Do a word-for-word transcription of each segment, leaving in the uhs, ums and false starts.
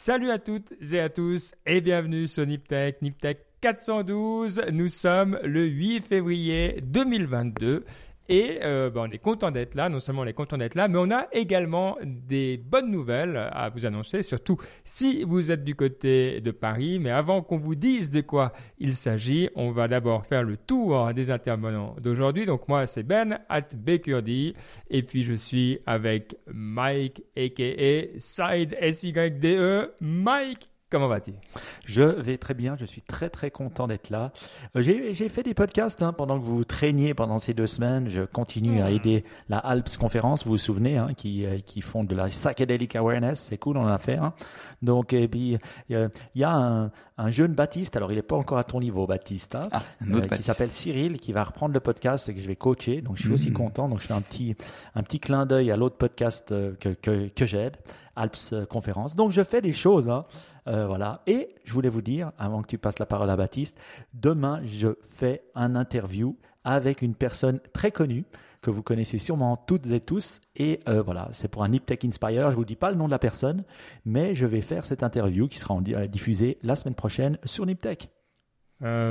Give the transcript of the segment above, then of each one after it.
Salut à toutes et à tous et bienvenue sur Niptech, Niptech quatre cent douze. Nous sommes le huit février deux mille vingt-deux et euh, ben, on est content d'être là. Non seulement on est content d'être là, mais on a également des bonnes nouvelles à vous annoncer, surtout si vous êtes du côté de Paris. Mais avant qu'on vous dise de quoi il s'agit, on va d'abord faire le tour des intervenants d'aujourd'hui. Donc moi, c'est Ben at Bekurdi et puis je suis avec Mike aka Side S Y D E. Mike, comment vas-tu? Je vais très bien, je suis très très content d'être là. Euh, j'ai, j'ai fait des podcasts hein, pendant que vous traîniez pendant ces deux semaines. Je continue mmh. à aider la Alps Conférence, vous vous souvenez, hein, qui, euh, qui font de la psychedelic awareness, c'est cool, on en a fait. Hein. Donc, et puis il euh, y a un, un jeune Baptiste, alors il n'est pas encore à ton niveau Baptiste, hein, ah, un autre euh, qui s'appelle Cyril, qui va reprendre le podcast et que je vais coacher. Donc je suis mmh. aussi content, donc je fais un petit, un petit clin d'œil à l'autre podcast euh, que, que, que j'aide. Alps Conférence. Donc, je fais des choses. Hein. Euh, voilà. Et je voulais vous dire, avant que tu passes la parole à Baptiste, demain, je fais un interview avec une personne très connue que vous connaissez sûrement toutes et tous. Et euh, voilà, c'est pour un Niptech Inspire. Je ne vous dis pas le nom de la personne, mais je vais faire cette interview qui sera en, euh, diffusée la semaine prochaine sur Niptech. Euh,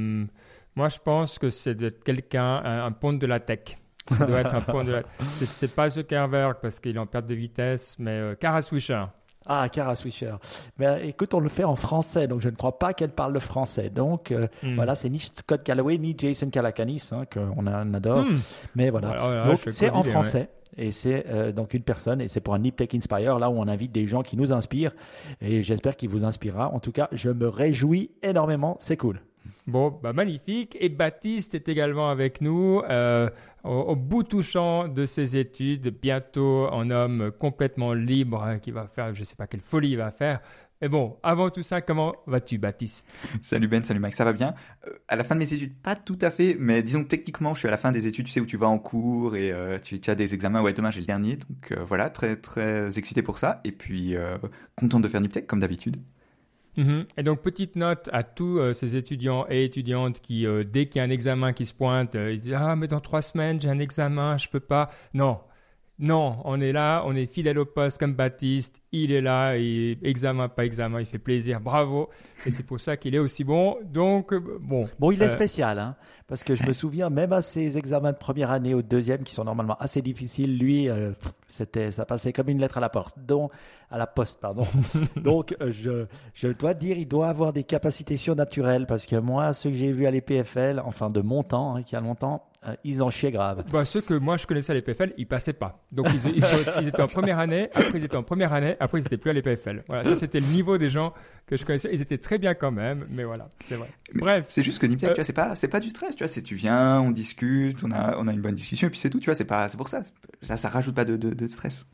moi, je pense que c'est d'être quelqu'un, un, un ponte de la tech. Ça doit être un point de la... c'est, c'est pas Zuckerberg parce qu'il est en perte de vitesse, mais euh, Kara Swisher. Ah, Kara Swisher. Mais écoute, on le fait en français, donc je ne crois pas qu'elle parle le français. Donc euh, mm. voilà, c'est ni Scott Galloway ni Jason Calacanis hein, qu'on a, on adore. Mm. Mais voilà, voilà, voilà donc c'est en français. Ouais. Et c'est euh, donc une personne, et c'est pour un Niptech Inspire, là où on invite des gens qui nous inspirent. Et j'espère qu'il vous inspirera. En tout cas, je me réjouis énormément. C'est cool. Bon, bah magnifique. Et Baptiste est également avec nous euh, au, au bout touchant de ses études. Bientôt un homme complètement libre hein, qui va faire, je ne sais pas quelle folie il va faire. Mais bon, avant tout ça, comment vas-tu, Baptiste? Salut Ben, salut Mike, ça va bien. euh, À la fin de mes études, pas tout à fait, mais disons que techniquement, je suis à la fin des études, tu sais, où tu vas en cours et euh, tu, tu as des examens. Ouais, demain, j'ai le dernier, donc euh, voilà, très très excité pour ça. Et puis, euh, content de faire Niptech, comme d'habitude. Mmh. Et donc, petite note à tous euh, ces étudiants et étudiantes qui, euh, dès qu'il y a un examen qui se pointe, euh, ils disent « Ah, mais dans trois semaines, j'ai un examen, je peux pas. » Non, non, on est là, on est fidèle au poste comme Baptiste. Il est là, et examen, pas examen, il fait plaisir, bravo. Et c'est pour ça qu'il est aussi bon. Donc, euh, bon. Bon, il est euh... spécial, hein, parce que je me souviens, même à ses examens de première année ou de deuxième, qui sont normalement assez difficiles, lui, euh, c'était, ça passait comme une lettre à la porte, donc, à la poste, pardon. Donc, euh, je, je dois dire, il doit avoir des capacités surnaturelles, parce que moi, ceux que j'ai vus à l'E P F L, enfin de mon temps, hein, qui a longtemps, euh, ils en chiaient grave. Bah, ceux que moi je connaissais à l'E P F L, ils passaient pas. Donc, ils, ils, ils étaient en première année, après ils étaient en première année, après ils n'étaient plus à l'E P F L. Voilà, ça c'était le niveau des gens que je connaissais. Ils étaient très bien quand même, mais voilà, c'est vrai. Bref. C'est juste que Niptech, euh... tu vois, c'est pas, c'est pas du stress, tu vois, c'est tu viens, on discute, on a, on a une bonne discussion, et puis c'est tout, tu vois, c'est pas, c'est pour ça, ça, ça rajoute pas de, de, de stress.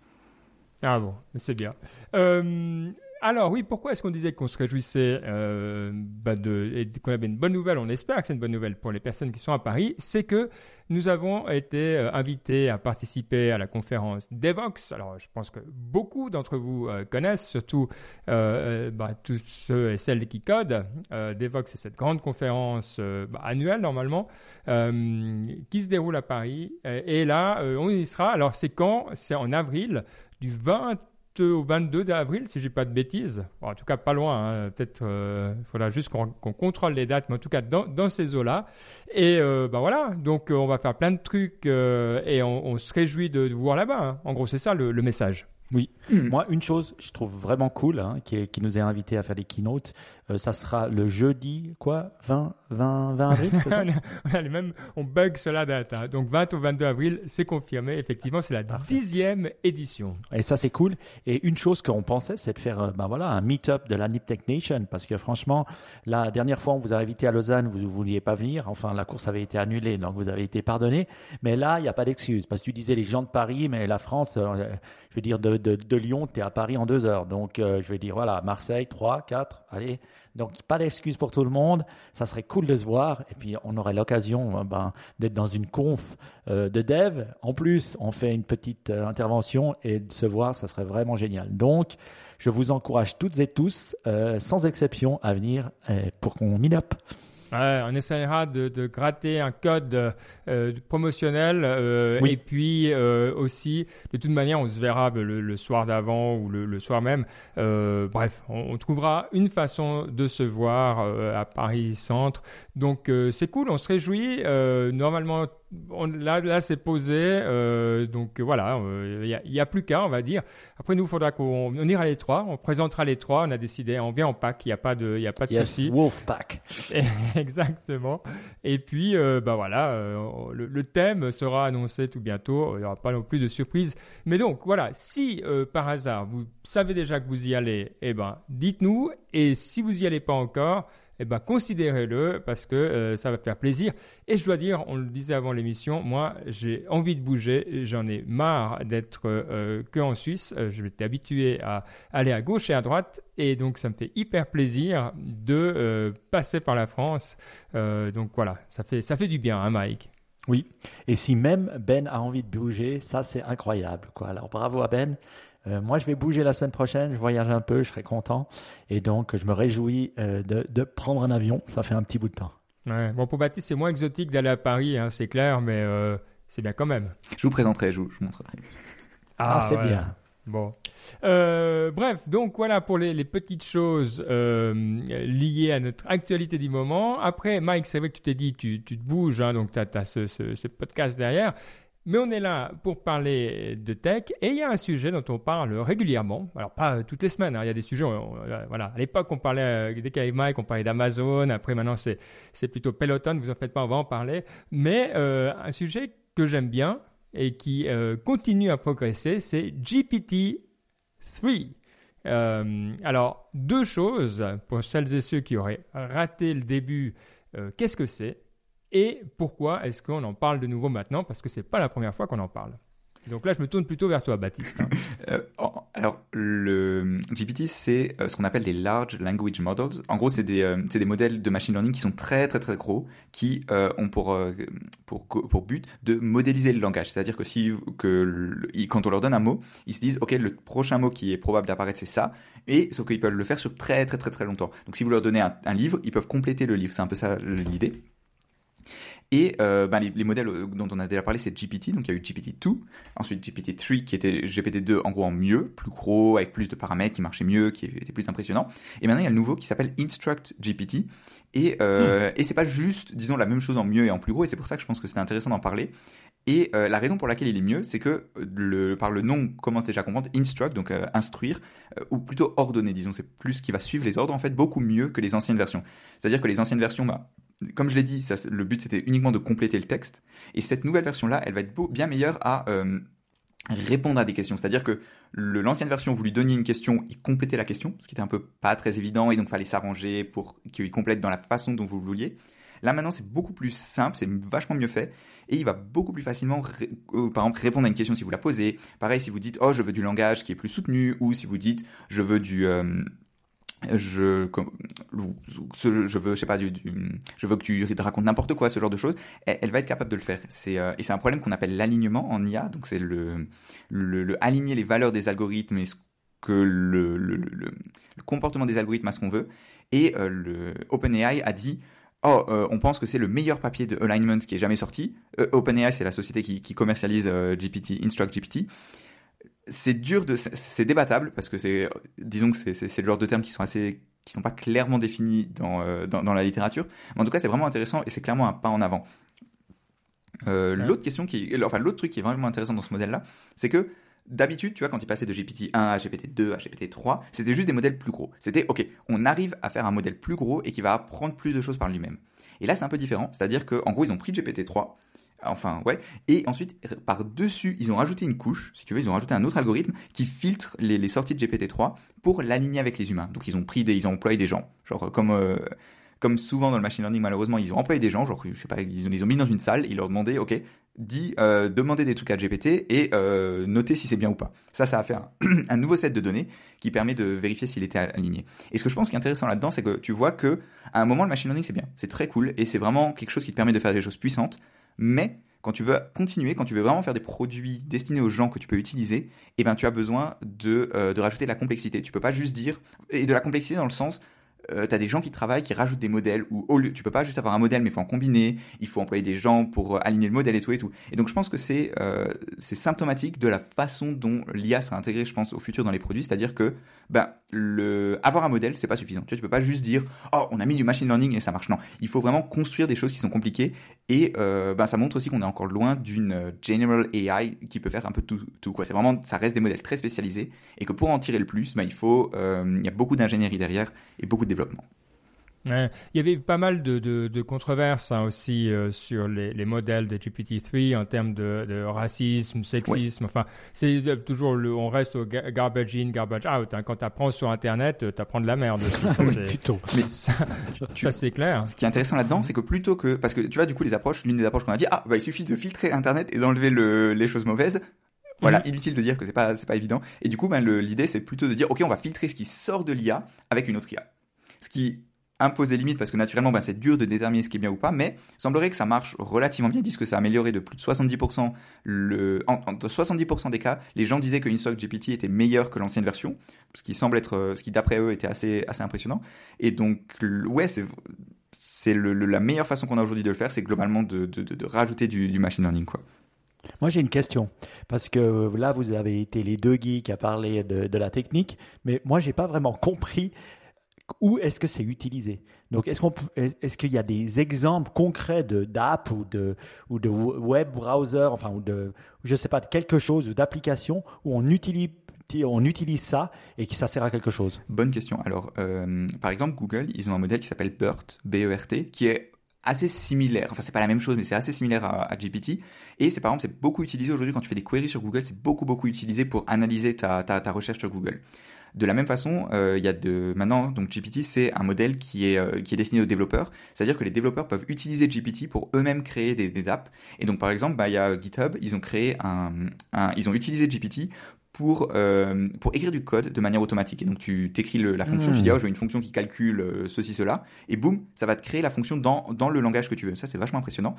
Ah bon, c'est bien. Euh, alors oui, pourquoi est-ce qu'on disait qu'on se réjouissait euh, bah de, et qu'on avait une bonne nouvelle? On espère que c'est une bonne nouvelle pour les personnes qui sont à Paris. C'est que nous avons été euh, invités à participer à la conférence Devoxx. Alors je pense que beaucoup d'entre vous euh, connaissent, surtout euh, bah, tous ceux et celles qui codent. Euh, Devoxx, c'est cette grande conférence euh, bah, annuelle normalement euh, qui se déroule à Paris. Et, et là, euh, on y sera. Alors c'est quand? C'est en avril. Du vingt au vingt-deux avril, si je dis pas de bêtises. Bon, en tout cas, pas loin. Hein. Peut-être, il euh, faudra juste qu'on, qu'on contrôle les dates, mais en tout cas, dans, dans ces eaux-là. Et euh, ben voilà, donc euh, on va faire plein de trucs euh, et on, on se réjouit de, de vous voir là-bas. Hein. En gros, c'est ça le, le message. Oui. Mmh. Moi, une chose, je trouve vraiment cool, hein, qui, est, qui nous est invité à faire des keynotes, euh, ça sera le jeudi, quoi, vingt, vingt, vingt avril, c'est ça? on, a les mêmes, on bug sur la date. Hein. Donc, vingt au vingt-deux avril, c'est confirmé. Effectivement, c'est la Parfait. dixième édition. Et ça, c'est cool. Et une chose qu'on pensait, c'est de faire, euh, ben voilà, un meet-up de la Niptech Nation. Parce que franchement, la dernière fois, on vous a invité à Lausanne, vous ne vouliez pas venir. Enfin, la course avait été annulée, donc vous avez été pardonné. Mais là, il n'y a pas d'excuse. Parce que tu disais les gens de Paris, mais la France, euh, je veux dire, de, de, de Lyon, tu es à Paris en deux heures. Donc, euh, je vais dire, voilà, Marseille, trois, quatre, allez. Donc, pas d'excuse pour tout le monde. Ça serait cool de se voir. Et puis, on aurait l'occasion ben, d'être dans une conf euh, de dev. En plus, on fait une petite euh, intervention et de se voir, ça serait vraiment génial. Donc, je vous encourage toutes et tous, euh, sans exception, à venir euh, pour qu'on meet up. Ouais, on essaiera de, de gratter un code euh, promotionnel euh, Oui. et puis euh, aussi, de toute manière, on se verra le, le soir d'avant ou le, le soir même. Euh, bref, on, on trouvera une façon de se voir euh, à Paris Centre. Donc euh, c'est cool, on se réjouit. Euh, normalement, on, là, là c'est posé. Euh, donc euh, voilà, il n'y a, y a plus qu'à, on va dire. Après, nous, il faudra qu'on on ira les trois, on présentera les trois. On a décidé, on vient en pack, il n'y a pas de, il y a pas de Yes, souci. Wolfpack. Exactement. Et puis, euh, bah voilà, euh, le, le thème sera annoncé tout bientôt. Il n'y aura pas non plus de surprise. Mais donc, voilà, si euh, par hasard vous savez déjà que vous y allez, eh ben, dites-nous. Et si vous y allez pas encore, eh ben, considérez-le parce que euh, ça va faire plaisir. Et je dois dire, on le disait avant l'émission, moi, j'ai envie de bouger. J'en ai marre d'être euh, que en Suisse. Euh, je m'étais habitué à aller à gauche et à droite. Et donc, ça me fait hyper plaisir de euh, passer par la France. Euh, donc, voilà, ça fait, ça fait du bien, hein, Mike? Oui. Et si même Ben a envie de bouger, ça, c'est incroyable, quoi. Alors, bravo à Ben. Euh, moi, je vais bouger la semaine prochaine. Je voyage un peu, je serai content. Et donc, je me réjouis euh, de, de prendre un avion. Ça fait un petit bout de temps. Ouais. Bon, pour Baptiste, c'est moins exotique d'aller à Paris, hein, c'est clair, mais euh, c'est bien quand même. Je vous présenterai, je vous, je vous montrerai. Ah, c'est ouais. bien. Bon. Euh, bref, donc voilà pour les, les petites choses euh, liées à notre actualité du moment. Après, Mike, c'est vrai que tu t'es dit, tu, tu te bouges, hein, donc tu as ce, ce, ce podcast derrière. Mais on est là pour parler de tech et il y a un sujet dont on parle régulièrement. Alors, pas toutes les semaines, hein, il y a des sujets, on, on, voilà. À l'époque, on parlait, dès qu'il y avait Mike, on parlait d'Amazon. Après, maintenant, c'est, c'est plutôt Peloton, vous en faites pas, on va en parler. Mais euh, un sujet que j'aime bien et qui euh, continue à progresser, c'est G P T trois. Euh, alors, deux choses pour celles et ceux qui auraient raté le début. Euh, qu'est-ce que c'est? Et pourquoi est-ce qu'on en parle de nouveau maintenant? Parce que ce n'est pas la première fois qu'on en parle. Donc là, je me tourne plutôt vers toi, Baptiste. Hein. Euh, alors, le G P T, c'est euh, ce qu'on appelle des Large Language Models. En gros, c'est des, euh, c'est des modèles de machine learning qui sont très, très, très gros, qui euh, ont pour, euh, pour, pour but de modéliser le langage. C'est-à-dire que, si, que le, quand on leur donne un mot, ils se disent, OK, le prochain mot qui est probable d'apparaître, c'est ça. Et sauf qu'ils peuvent le faire sur très, très, très, très longtemps. Donc, si vous leur donnez un, un livre, ils peuvent compléter le livre. C'est un peu ça l'idée. Et euh, ben, les, les modèles dont on a déjà parlé, c'est G P T. Donc, il y a eu G P T deux, ensuite G P T trois, qui était G P T deux en gros en mieux, plus gros, avec plus de paramètres, qui marchait mieux, qui était plus impressionnant. Et maintenant, il y a le nouveau qui s'appelle Instruct G P T. Et, euh, mmh. et c'est pas juste, disons, la même chose en mieux et en plus gros. Et c'est pour ça que je pense que c'était intéressant d'en parler. Et euh, la raison pour laquelle il est mieux, c'est que le, par le nom, on commence déjà à comprendre instruct, donc euh, instruire, euh, ou plutôt ordonner, disons, c'est plus ce qui va suivre les ordres, en fait, beaucoup mieux que les anciennes versions. C'est-à-dire que les anciennes versions, bah, comme je l'ai dit, ça, le but c'était uniquement de compléter le texte. Et cette nouvelle version-là, elle va être beau, bien meilleure à euh, répondre à des questions. C'est-à-dire que le, l'ancienne version, vous lui donniez une question, il complétait la question, ce qui était un peu pas très évident, et donc fallait s'arranger pour qu'il complète dans la façon dont vous le vouliez. Là maintenant, c'est beaucoup plus simple, c'est vachement mieux fait, et il va beaucoup plus facilement, ré- euh, par exemple, répondre à une question si vous la posez. Pareil, si vous dites « Oh, je veux du langage qui est plus soutenu », ou si vous dites « Je veux du... Euh, je, je veux, je sais pas, du, du, je veux que tu racontes n'importe quoi, ce genre de choses », elle, elle va être capable de le faire. C'est, euh, et c'est un problème qu'on appelle l'alignement en I A, donc c'est le, le, le aligner les valeurs des algorithmes et ce que le, le, le, le comportement des algorithmes à ce qu'on veut. Et euh, le OpenAI a dit « Oh, euh, on pense que c'est le meilleur papier de alignment qui est jamais sorti. Euh, » OpenAI, c'est la société qui, qui commercialise euh, G P T, Instruct G P T. C'est dur de, c'est, c'est débattable parce que c'est, disons que c'est, c'est, c'est le genre de termes qui sont assez, qui sont pas clairement définis dans, euh, dans, dans la littérature. Mais en tout cas, c'est vraiment intéressant et c'est clairement un pas en avant. Euh, ouais. L'autre question qui, enfin, l'autre truc qui est vraiment intéressant dans ce modèle-là, c'est que d'habitude, tu vois, quand il passait de G P T un à G P T deux à G P T trois, c'était juste des modèles plus gros. C'était, ok, on arrive à faire un modèle plus gros et qui va apprendre plus de choses par lui-même. Et là, c'est un peu différent. C'est-à-dire que, en gros, ils ont pris G P T trois. Enfin, ouais. Et ensuite, par-dessus, ils ont rajouté une couche, si tu veux, ils ont rajouté un autre algorithme qui filtre les, les sorties de G P T trois pour l'aligner avec les humains. Donc, ils ont pris des, ils ont employé des gens. Genre, comme, euh, comme souvent dans le machine learning, malheureusement, ils ont employé des gens. Genre, je sais pas, ils ont, ils ont mis dans une salle, ils leur demandaient, OK, dis, euh, demandez des trucs à G P T et, euh, notez si c'est bien ou pas. Ça, ça va faire un, un nouveau set de données qui permet de vérifier s'il était aligné. Et ce que je pense qui est intéressant là-dedans, c'est que tu vois que, à un moment, le machine learning, c'est bien. C'est très cool et c'est vraiment quelque chose qui te permet de faire des choses puissantes. Mais, quand tu veux continuer, quand tu veux vraiment faire des produits destinés aux gens que tu peux utiliser, eh ben, tu as besoin de, euh, de rajouter de la complexité. Tu peux pas juste dire, et de la complexité dans le sens, euh, tu as des gens qui travaillent, qui rajoutent des modèles, où au lieu, tu peux pas juste avoir un modèle, mais il faut en combiner, il faut employer des gens pour euh, aligner le modèle et tout et tout. Et donc je pense que c'est, euh, c'est symptomatique de la façon dont l'I A sera intégrée, je pense, au futur dans les produits, c'est-à-dire que ben, le... avoir un modèle, c'est pas suffisant. Tu vois, tu peux pas juste dire « Oh, on a mis du machine learning et ça marche ». Non, il faut vraiment construire des choses qui sont compliquées et euh, ben, ça montre aussi qu'on est encore loin d'une general A I qui peut faire un peu tout, tout quoi. C'est vraiment, ça reste des modèles très spécialisés et que pour en tirer le plus, ben, il faut, euh, il y a beaucoup d'ingénierie derrière et beaucoup de développement. Ouais. Il y avait pas mal de, de, de controverses hein, aussi euh, sur les, les modèles de G P T trois en termes de, de racisme, sexisme. Ouais. Enfin, c'est toujours le, on reste au garbage in, garbage out. Hein. Quand tu apprends sur Internet, tu apprends de la merde aussi. Ça, c'est, plutôt. Mais ça, tu, ça, c'est clair. Ce qui est intéressant là-dedans, c'est que plutôt que, parce que tu vois, du coup, les approches, l'une des approches qu'on a dit, ah, bah, il suffit de filtrer Internet et d'enlever le, les choses mauvaises. Voilà, mmh. Inutile de dire que c'est pas, c'est pas évident. Et du coup, ben, le, l'idée, c'est plutôt de dire, OK, on va filtrer ce qui sort de l'I A avec une autre I A. Ce qui impose des limites parce que naturellement, ben, c'est dur de déterminer ce qui est bien ou pas, mais il semblerait que ça marche relativement bien. Ils disent que ça a amélioré de plus de soixante-dix pour cent le, entre soixante-dix pour cent des cas, les gens disaient que InStock G P T était meilleur que l'ancienne version, ce qui semble être, ce qui d'après eux était assez, assez impressionnant. Et donc, ouais, c'est, c'est le, le, la meilleure façon qu'on a aujourd'hui de le faire, c'est globalement de, de, de, de rajouter du, du machine learning, quoi. Moi, j'ai une question, parce que là, vous avez été les deux geeks à parler de, de la technique, mais moi, j'ai pas vraiment compris où est-ce que c'est utilisé. Donc, est-ce, qu'on, est-ce qu'il y a des exemples concrets de, d'app ou de, ou de web browser, enfin, ou de, je sais pas, de quelque chose, ou d'application où on utilise on utilise ça et que ça sert à quelque chose? Bonne question. Alors, euh, par exemple, Google, ils ont un modèle qui s'appelle BERT, B E R T, qui est assez similaire, enfin c'est pas la même chose mais c'est assez similaire à, à G P T et c'est par exemple c'est beaucoup utilisé aujourd'hui quand tu fais des queries sur Google, c'est beaucoup beaucoup utilisé pour analyser ta, ta, ta recherche sur Google. De la même façon, il euh, y a de maintenant donc G P T c'est un modèle qui est euh, qui est destiné aux développeurs, c'est-à-dire que les développeurs peuvent utiliser G P T pour eux-mêmes créer des, des apps et donc par exemple bah il y a GitHub, ils ont créé un, un ils ont utilisé G P T pour euh, pour écrire du code de manière automatique. Et donc tu t'écris le, la fonction, mmh. tu dis oh je veux une fonction qui calcule euh, ceci cela et boum ça va te créer la fonction dans dans le langage que tu veux. Ça c'est vachement impressionnant.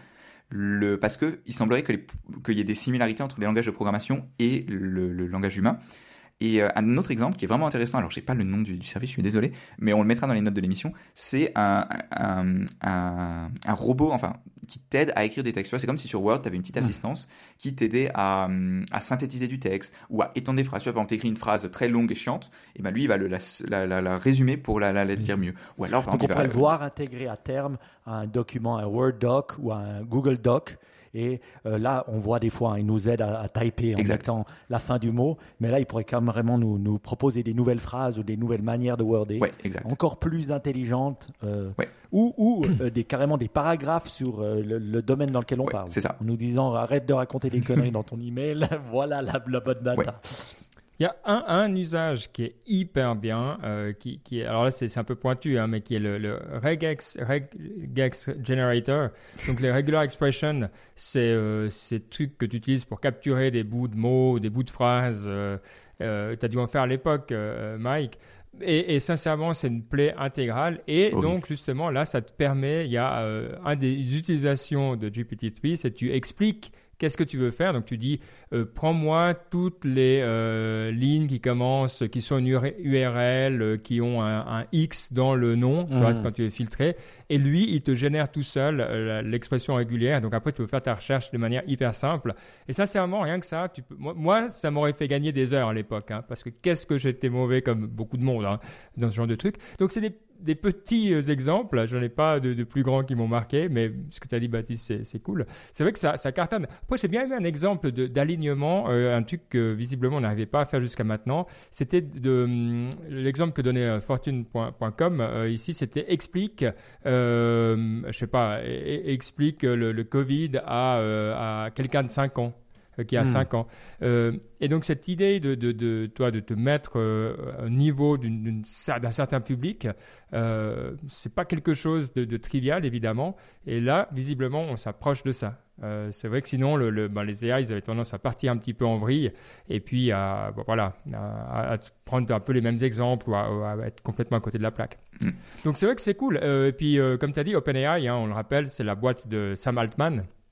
Le parce que il semblerait que les, qu'il y ait des similarités entre les langages de programmation et le, le langage humain. Et euh, un autre exemple qui est vraiment intéressant, alors j'ai pas le nom du, du service, je suis désolé, mais on le mettra dans les notes de l'émission, c'est un, un, un, un robot, enfin, qui t'aide à écrire des textes. C'est comme si sur Word, tu avais une petite assistance qui t'aidait à, à synthétiser du texte ou à étendre des phrases. Tu vois, par exemple, tu écris une phrase très longue et chiante, et ben lui, il va le, la, la, la, la résumer pour la, la, la dire mieux. Ou alors, par Donc exemple, on pourrait va, le voir intégrer à terme à un document, un Word doc ou un Google Doc. Et euh, là, on voit des fois, hein, il nous aide à, à typer en exact. mettant la fin du mot. Mais là, il pourrait carrément nous, nous proposer des nouvelles phrases ou des nouvelles manières de worder, ouais, exact. encore plus intelligentes, euh, ouais. ou, ou euh, des, carrément des paragraphes sur euh, le, le domaine dans lequel on ouais, parle. C'est ça. En nous disant, arrête de raconter des conneries dans ton email, voilà la, la bonne data. Ouais. Il y a un, un usage qui est hyper bien, euh, qui, qui est, alors là c'est, c'est un peu pointu, hein, mais qui est le, le regex, regex generator. Donc les regular expressions, c'est euh, ces trucs que tu utilises pour capturer des bouts de mots, des bouts de phrases. Euh, euh, tu as dû en faire à l'époque, euh, Mike. Et, et sincèrement, c'est une plaie intégrale. Et okay. donc, justement, là, ça te permet, il y a euh, un des utilisations de G P T trois, c'est que tu expliques qu'est-ce que tu veux faire. Donc, tu dis, euh, prends-moi toutes les euh, lignes qui commencent, qui sont une U R L, euh, qui ont un, un X dans le nom, mmh. tu vois, c'est quand tu es filtré. Et lui, il te génère tout seul euh, l'expression régulière. Donc, après, tu peux faire ta recherche de manière hyper simple. Et sincèrement, rien que ça, tu peux... moi, moi, ça m'aurait fait gagner des heures à l'époque. Hein, parce que qu'est-ce que j'étais mauvais, comme beaucoup de monde, hein, dans ce genre de trucs. Donc, c'est des des petits euh, exemples, j'en ai pas de, de plus grands qui m'ont marqué, mais ce que tu as dit, Baptiste, c'est, c'est cool. C'est vrai que ça, ça cartonne. Après, j'ai bien eu un exemple de, d'alignement, euh, un truc que visiblement on n'arrivait pas à faire jusqu'à maintenant. C'était de, hum, l'exemple que donnait euh, fortune point com euh, ici, c'était explique, euh, je sais pas, e- explique le, le Covid à, euh, à quelqu'un de cinq ans. Qui a mmh. cinq ans. Euh, et donc, cette idée de, de, de, toi, de te mettre euh, au niveau d'une, d'une, d'un certain public, euh, ce n'est pas quelque chose de, de trivial, évidemment. Et là, visiblement, on s'approche de ça. Euh, c'est vrai que sinon, le, le, ben, les A I, ils avaient tendance à partir un petit peu en vrille et puis à, bon, voilà, à, à prendre un peu les mêmes exemples ou à, à être complètement à côté de la plaque. Mmh. Donc, c'est vrai que c'est cool. Euh, et puis, euh, comme tu as dit, OpenAI, hein, on le rappelle, c'est la boîte de Sam Altman.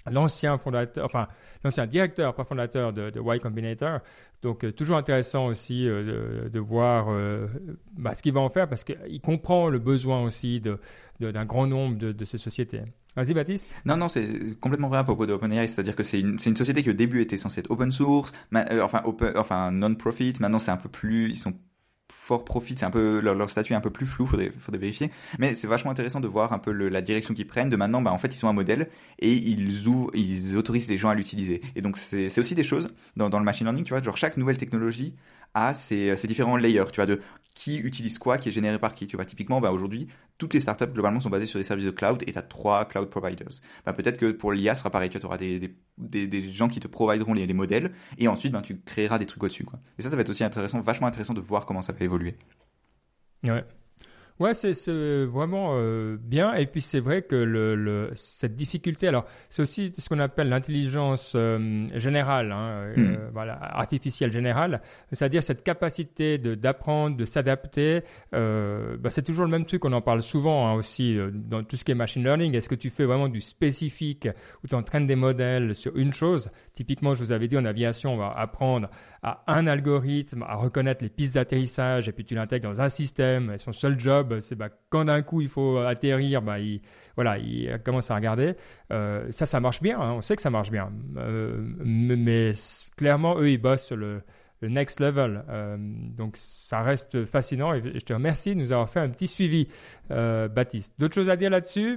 l'ancien fondateur, enfin l'ancien directeur, pas fondateur de, de Y Combinator. Donc euh, toujours intéressant aussi euh, de, de voir euh, bah, ce qu'il va en faire parce qu'il comprend le besoin aussi de, de, d'un grand nombre de, de ces sociétés. Vas-y Baptiste. Non, non, c'est complètement vrai à propos de OpenAI, c'est-à-dire que c'est une, c'est une société qui au début était censée être open source, ma, euh, enfin, open, enfin non-profit, maintenant c'est un peu plus, ils sont for profit, c'est un peu, leur, leur statut est un peu plus flou, faudrait, faudrait vérifier, mais c'est vachement intéressant de voir un peu le, la direction qu'ils prennent, de maintenant, bah, en fait, ils sont un modèle, et ils ouvrent, ils autorisent les gens à l'utiliser. Et donc, c'est, c'est aussi des choses, dans, dans le machine learning, tu vois, genre chaque nouvelle technologie a ses, ses différents layers, tu vois, de qui utilise quoi, qui est généré par qui, tu vois. Typiquement, bah, aujourd'hui, toutes les startups, globalement, sont basées sur des services de cloud, et tu as trois cloud providers. Bah, peut-être que pour l'I A, ce sera pareil, tu auras des, des, des, des gens qui te provideront les, les modèles, et ensuite, bah, tu créeras des trucs au-dessus, quoi. Et ça, ça va être aussi intéressant, vachement intéressant de voir comment ça va évoluer. Ouais. Ouais, c'est, c'est vraiment euh, bien. Et puis, c'est vrai que le, le, cette difficulté, alors, c'est aussi ce qu'on appelle l'intelligence euh, générale, hein, mm. euh, voilà, artificielle générale, c'est-à-dire cette capacité de, d'apprendre, de s'adapter. Euh, bah, c'est toujours le même truc, on en parle souvent hein, aussi euh, dans tout ce qui est machine learning. Est-ce que tu fais vraiment du spécifique où tu entraînes des modèles sur une chose? Typiquement, je vous avais dit, en aviation, on va apprendre à un algorithme à reconnaître les pistes d'atterrissage et puis tu l'intègres dans un système. Et son seul job, c'est bah, quand d'un coup il faut atterrir, bah, il, voilà, il commence à regarder. Euh, ça, ça marche bien. Hein, on sait que ça marche bien. Euh, mais, mais clairement, eux, ils bossent sur le, le next level. Euh, donc, ça reste fascinant et je te remercie de nous avoir fait un petit suivi, euh, Baptiste. D'autres choses à dire là-dessus?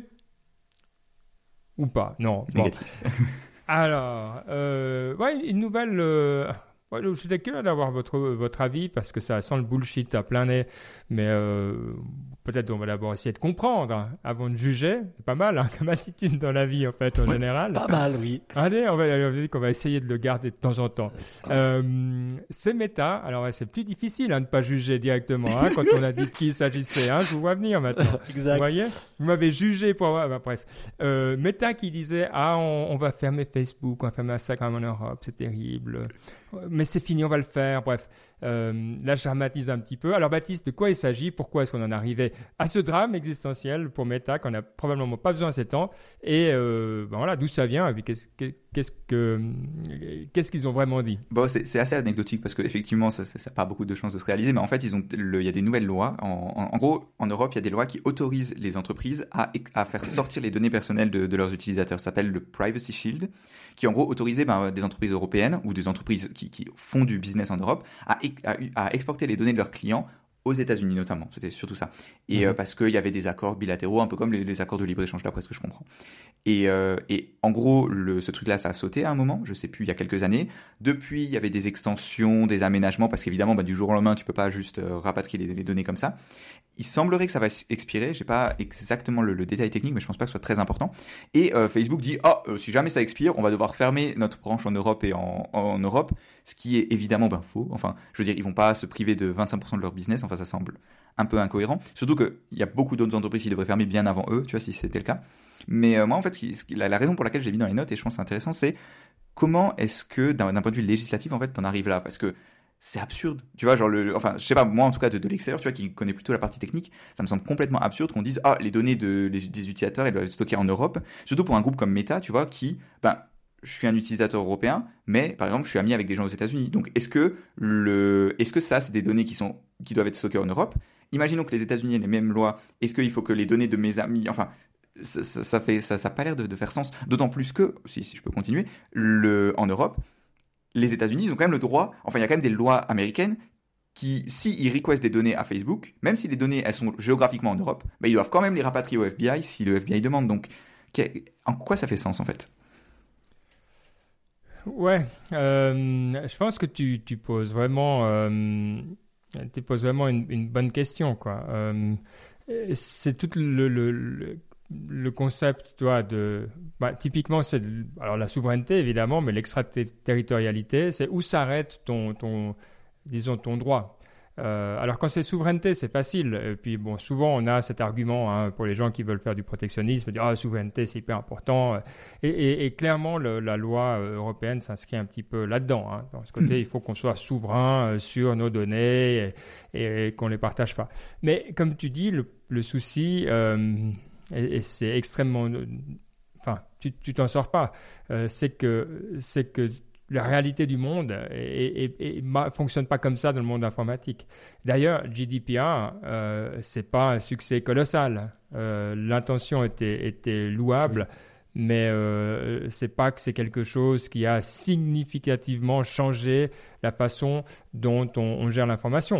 Ou pas? Non. Bon. Alors, euh, ouais, une nouvelle... Euh, Ouais, je suis curieux d'avoir votre, votre avis parce que ça sent le bullshit à plein nez. Mais euh, peut-être on va d'abord essayer de comprendre hein, avant de juger. C'est pas mal hein, comme attitude dans la vie en fait en ouais, général. Pas mal, oui. Allez, on va, on va, on va essayer de le garder de temps en temps. Euh, c'est méta. Alors ouais, c'est plus difficile hein, de ne pas juger directement hein, quand on a dit de qui il s'agissait. Hein, je vous vois venir maintenant. Exact. Vous voyez, vous m'avez jugé pour avoir... Bah, bref. Euh, Meta qui disait « Ah, on, on va fermer Facebook, on va fermer Instagram en Europe, c'est terrible. » Mais c'est fini, on va le faire. Bref, euh, là, je dramatise un petit peu. Alors, Baptiste, de quoi il s'agit? Pourquoi est-ce qu'on en est arrivé à ce drame existentiel pour Meta qu'on n'a probablement pas besoin à ces temps? Et euh, ben voilà, d'où ça vient? Et puis, qu'est-ce, qu'est-ce, que, qu'est-ce qu'ils ont vraiment dit? Bon, c'est, c'est assez anecdotique parce qu'effectivement, ça n'a pas beaucoup de chances de se réaliser. Mais en fait, ils ont le, il y a des nouvelles lois. En, en, en gros, en Europe, il y a des lois qui autorisent les entreprises à, à faire sortir les données personnelles de, de leurs utilisateurs. Ça s'appelle le Privacy Shield, qui en gros autorisait ben, des entreprises européennes ou des entreprises qui, qui font du business en Europe à, à, à exporter les données de leurs clients aux États-Unis notamment. C'était surtout ça. Et mmh. euh, parce qu'il y avait des accords bilatéraux, un peu comme les, les accords de libre-échange, d'après ce que je comprends. Et, euh, et en gros, le, ce truc-là, ça a sauté à un moment, je sais plus, il y a quelques années. Depuis, il y avait des extensions, des aménagements, parce qu'évidemment, bah, du jour au lendemain, tu peux pas juste euh, rapatrier les, les données comme ça. Il semblerait que ça va expirer. J'ai pas exactement le, le détail technique, mais je pense pas que ce soit très important. Et euh, Facebook dit, ah, oh, euh, si jamais ça expire, on va devoir fermer notre branche en Europe et en, en Europe, ce qui est évidemment ben faux. Enfin, je veux dire, ils vont pas se priver de vingt-cinq pour cent de leur business. Enfin, ça semble un peu incohérent. Surtout que il y a beaucoup d'autres entreprises qui devraient fermer bien avant eux, tu vois, si c'était le cas. Mais euh, moi, en fait, ce qui, ce qui, la, la raison pour laquelle j'ai mis dans les notes, et je pense que c'est intéressant, c'est comment est-ce que d'un, d'un point de vue législatif, en fait, t'en arrives là, parce que c'est absurde, tu vois, genre le, enfin, je sais pas, moi en tout cas de, de l'extérieur, tu vois, qui connaît plutôt la partie technique, ça me semble complètement absurde qu'on dise, ah, les données de, les, des utilisateurs, elles doivent être stockées en Europe, surtout pour un groupe comme Meta, tu vois, qui, ben, je suis un utilisateur européen, mais par exemple, je suis ami avec des gens aux États-Unis. Donc, est-ce que le, est-ce que ça, c'est des données qui sont, qui doivent être stockées en Europe? Imaginons que les États-Unis aient les mêmes lois. Est-ce qu'il faut que les données de mes amis, enfin, ça, ça, ça fait, ça, ça a pas l'air de, de faire sens. D'autant plus que, si, si je peux continuer, le, en Europe, les États-Unis, ils ont quand même le droit, enfin, il y a quand même des lois américaines qui, s'ils requestent des données à Facebook, même si les données, elles sont géographiquement en Europe, ben, ils doivent quand même les rapatrier au F B I si le F B I demande. Donc, en quoi ça fait sens, en fait? Ouais, euh, je pense que tu, tu poses vraiment, euh, tu poses vraiment une, une bonne question, quoi. Euh, c'est tout le, le, le, le concept, toi, de, bah, typiquement, c'est de, alors la souveraineté évidemment, mais l'extraterritorialité, c'est où s'arrête ton, ton, disons, ton droit. Euh, alors quand c'est souveraineté, c'est facile. Et puis bon, souvent on a cet argument hein, pour les gens qui veulent faire du protectionnisme, dire ah souveraineté c'est hyper important. Et, et, et clairement le, la loi européenne s'inscrit un petit peu là-dedans. Hein. Dans ce côté, mmh. il faut qu'on soit souverain euh, sur nos données et, et, et qu'on les partage pas. Mais comme tu dis, le, le souci euh, et, et c'est extrêmement enfin, tu, tu t'en sors pas. Euh, c'est que, c'est que la réalité du monde ne fonctionne pas comme ça dans le monde informatique. D'ailleurs, G D P R, euh, ce n'est pas un succès colossal. Euh, l'intention était, était louable, oui. mais euh, ce n'est pas que c'est quelque chose qui a significativement changé la façon dont on, on gère l'information.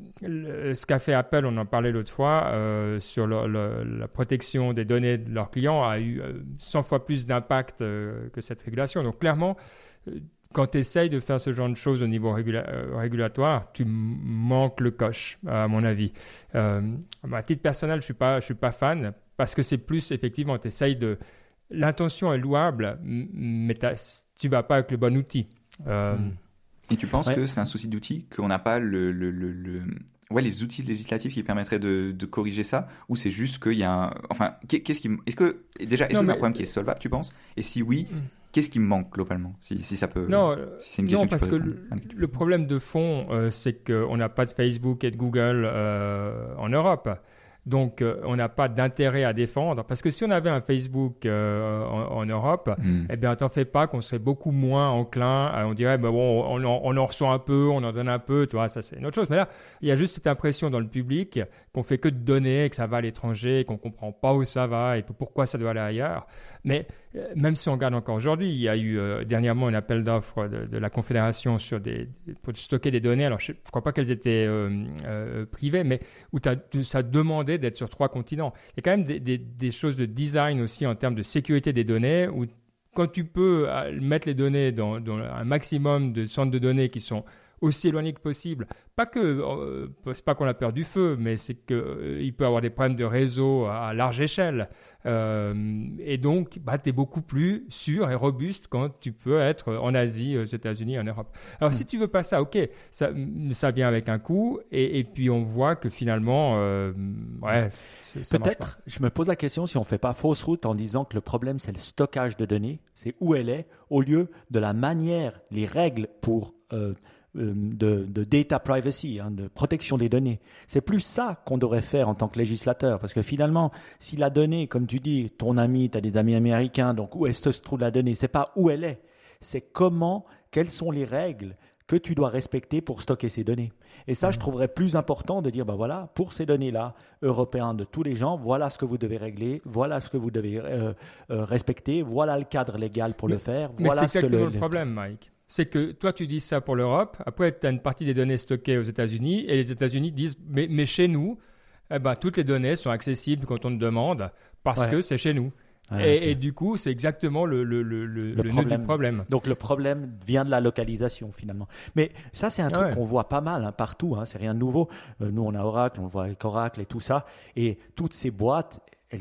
Le, ce qu'a fait Apple, on en parlait l'autre fois, euh, sur le, le, la protection des données de leurs clients a eu euh, cent fois plus d'impact euh, que cette régulation. Donc clairement, quand tu essayes de faire ce genre de choses au niveau régula- euh, régulatoire, tu m- manques le coche, à mon avis. Euh, à titre personnel, je ne suis pas, je suis pas fan parce que c'est plus, effectivement, tu essayes de... L'intention est louable, mais tu ne vas pas avec le bon outil. Euh, Et tu penses ouais. que c'est un souci d'outils, qu'on n'a pas le, le, le, le... Ouais, les outils législatifs qui permettraient de, de corriger ça, ou c'est juste qu'il y a un... Enfin, qu'est-ce qui... Est-ce que... Déjà, est-ce non, que c'est un problème qui est solvable, tu penses? Et si oui... Mm. Qu'est-ce qui me manque globalement, si, si ça peut... Non, si c'est une non que parce que le, le problème de fond, euh, c'est qu'on n'a pas de Facebook et de Google euh, en Europe. Donc, euh, on n'a pas d'intérêt à défendre. Parce que si on avait un Facebook euh, en, en Europe, mm. eh bien, t'en fais pas qu'on serait beaucoup moins enclin. À, on dirait, ben bon, on, on, on en reçoit un peu, on en donne un peu, tu vois, ça c'est une autre chose. Mais là, il y a juste cette impression dans le public qu'on fait que de donner, que ça va à l'étranger, qu'on comprend pas où ça va et pourquoi ça doit aller ailleurs. Mais euh, même si on regarde encore aujourd'hui, il y a eu euh, dernièrement un appel d'offres de, de la Confédération sur des, pour stocker des données. Alors, je ne crois pas qu'elles étaient euh, euh, privées, mais où ça demandait d'être sur trois continents. Il y a quand même des, des, des choses de design aussi en termes de sécurité des données, où quand tu peux mettre les données dans, dans un maximum de centres de données qui sont aussi éloignés que possible, pas que euh, c'est pas qu'on a peur du feu, mais c'est qu'il euh, peut y avoir des problèmes de réseau à, à large échelle. Euh, et donc, bah, tu es beaucoup plus sûr et robuste quand tu peux être en Asie, aux États-Unis, en Europe. Alors, mmh. si tu veux pas ça, ok, ça, ça vient avec un coût, et, et puis on voit que finalement, euh, ouais, c'est, ça peut-être, je me pose la question si on fait pas fausse route en disant que le problème c'est le stockage de données, c'est où elle est, au lieu de la manière, les règles pour euh, De, de data privacy, hein, de protection des données. C'est plus ça qu'on devrait faire en tant que législateur, parce que finalement, si la donnée, comme tu dis, ton ami, tu as des amis américains, donc où est-ce que se trouve la donnée? C'est pas où elle est, c'est comment, quelles sont les règles que tu dois respecter pour stocker ces données. Et ça, mmh. je trouverais plus important de dire, ben voilà, pour ces données-là, européens de tous les gens, voilà ce que vous devez régler, voilà ce que vous devez euh, euh, respecter, voilà le cadre légal pour mais, le faire. Mais voilà c'est ce exactement que le, le problème, Mike. C'est que toi, tu dis ça pour l'Europe. Après, tu as une partie des données stockées aux États-Unis et les États-Unis disent mais, mais chez nous, eh ben, toutes les données sont accessibles quand on te demande parce ouais. que c'est chez nous. Ouais, et, okay. et du coup, c'est exactement le, le, le, le, le problème. nœud du problème. Donc, le problème vient de la localisation, finalement. Mais ça, c'est un truc ouais. qu'on voit pas mal hein, partout. Hein, c'est rien de nouveau. Euh, nous, on a Oracle, on le voit avec Oracle et tout ça. Et toutes ces boîtes,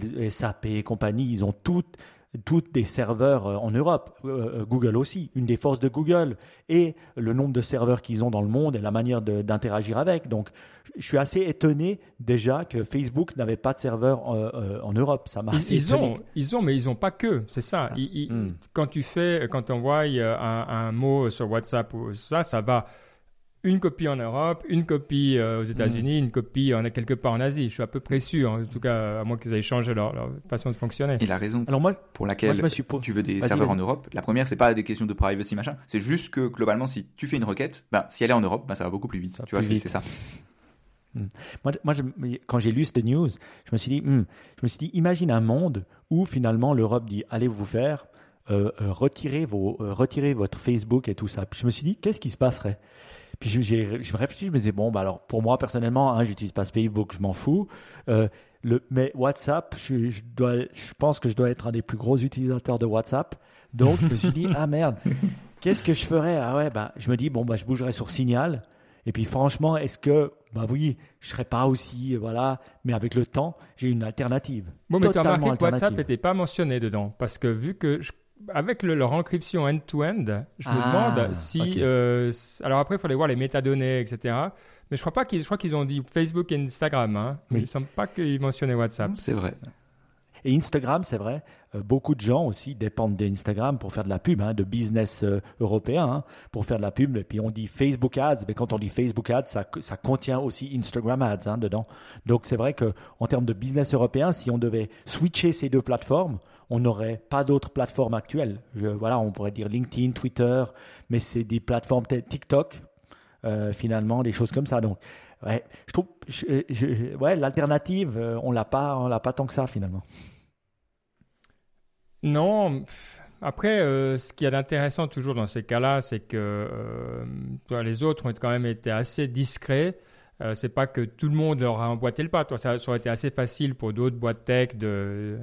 S A P et compagnie, ils ont toutes... toutes des serveurs en Europe, euh, Google aussi, une des forces de Google, et le nombre de serveurs qu'ils ont dans le monde et la manière de, d'interagir avec. Donc, je suis assez étonné déjà que Facebook n'avait pas de serveur en, euh, en Europe. Ça m'a assez ils, ils étonné. ont, ils ont, mais ils n'ont pas que, c'est ça. Ils, ils, mm. Quand tu fais, quand tu envoies un, un mot sur WhatsApp ou ça, ça va. Une copie en Europe, une copie euh, aux États-Unis, mmh. une copie en, quelque part en Asie. Je suis à peu près sûr, en tout cas, à moins qu'ils aient changé leur, leur façon de fonctionner. Et la raison Alors moi, pour laquelle moi, suis... tu veux des vas-y, serveurs vas-y. en Europe, la première, c'est pas des questions de privacy, machin. C'est juste que, globalement, si tu fais une requête, ben, si elle est en Europe, ben, ça va beaucoup plus vite. Ça tu vois, c'est, c'est ça. Mmh. Moi, moi je, quand j'ai lu cette news, je me suis dit, mmh, je me suis dit, imagine un monde où finalement l'Europe dit, allez vous faire, euh, euh, retirez, vos, euh, retirez votre Facebook et tout ça. Puis je me suis dit, qu'est-ce qui se passerait? Puis je, j'ai, je me réfléchis, je me disais, bon, bah alors pour moi personnellement, hein, j'utilise pas Facebook, je m'en fous. Euh, le, mais WhatsApp, je, je, dois, je pense que je dois être un des plus gros utilisateurs de WhatsApp. Donc je me suis dit, ah merde, qu'est-ce que je ferais? Ah ouais, bah, je me dis, bon, bah, je bougerais sur Signal. Et puis franchement, est-ce que, bah oui, je serais pas aussi, voilà, mais avec le temps, j'ai une alternative. Bon, mais tu as remarqué que WhatsApp n'était pas mentionné dedans, parce que vu que je avec le, leur encryption end-to-end, je me ah, demande si... Okay. Euh, alors après, il fallait voir les métadonnées, et cetera. Mais je crois pas qu'ils, je crois qu'ils ont dit Facebook et Instagram. Hein. Oui. Il ne semble pas qu'ils mentionnaient WhatsApp. C'est vrai. Et Instagram, c'est vrai, euh, beaucoup de gens aussi dépendent d'Instagram pour faire de la pub, hein, de business euh, européen, hein, pour faire de la pub. Et puis on dit Facebook Ads, mais quand on dit Facebook Ads, ça, ça contient aussi Instagram Ads hein, dedans. Donc c'est vrai qu'en termes de business européen, si on devait switcher ces deux plateformes, on n'aurait pas d'autres plateformes actuelles. Je, voilà, on pourrait dire LinkedIn, Twitter, mais c'est des plateformes peut-être TikTok, euh, finalement, des choses comme ça. Donc, ouais, je trouve, je, je, ouais, l'alternative, euh, on l'a pas, on l'a pas tant que ça finalement. Non. Après, euh, ce qui est intéressant toujours dans ces cas-là, c'est que euh, toi, les autres ont quand même été assez discrets. Euh, c'est pas que tout le monde leur a emboîté le pas. Toi, ça, ça aurait été assez facile pour d'autres boîtes tech de,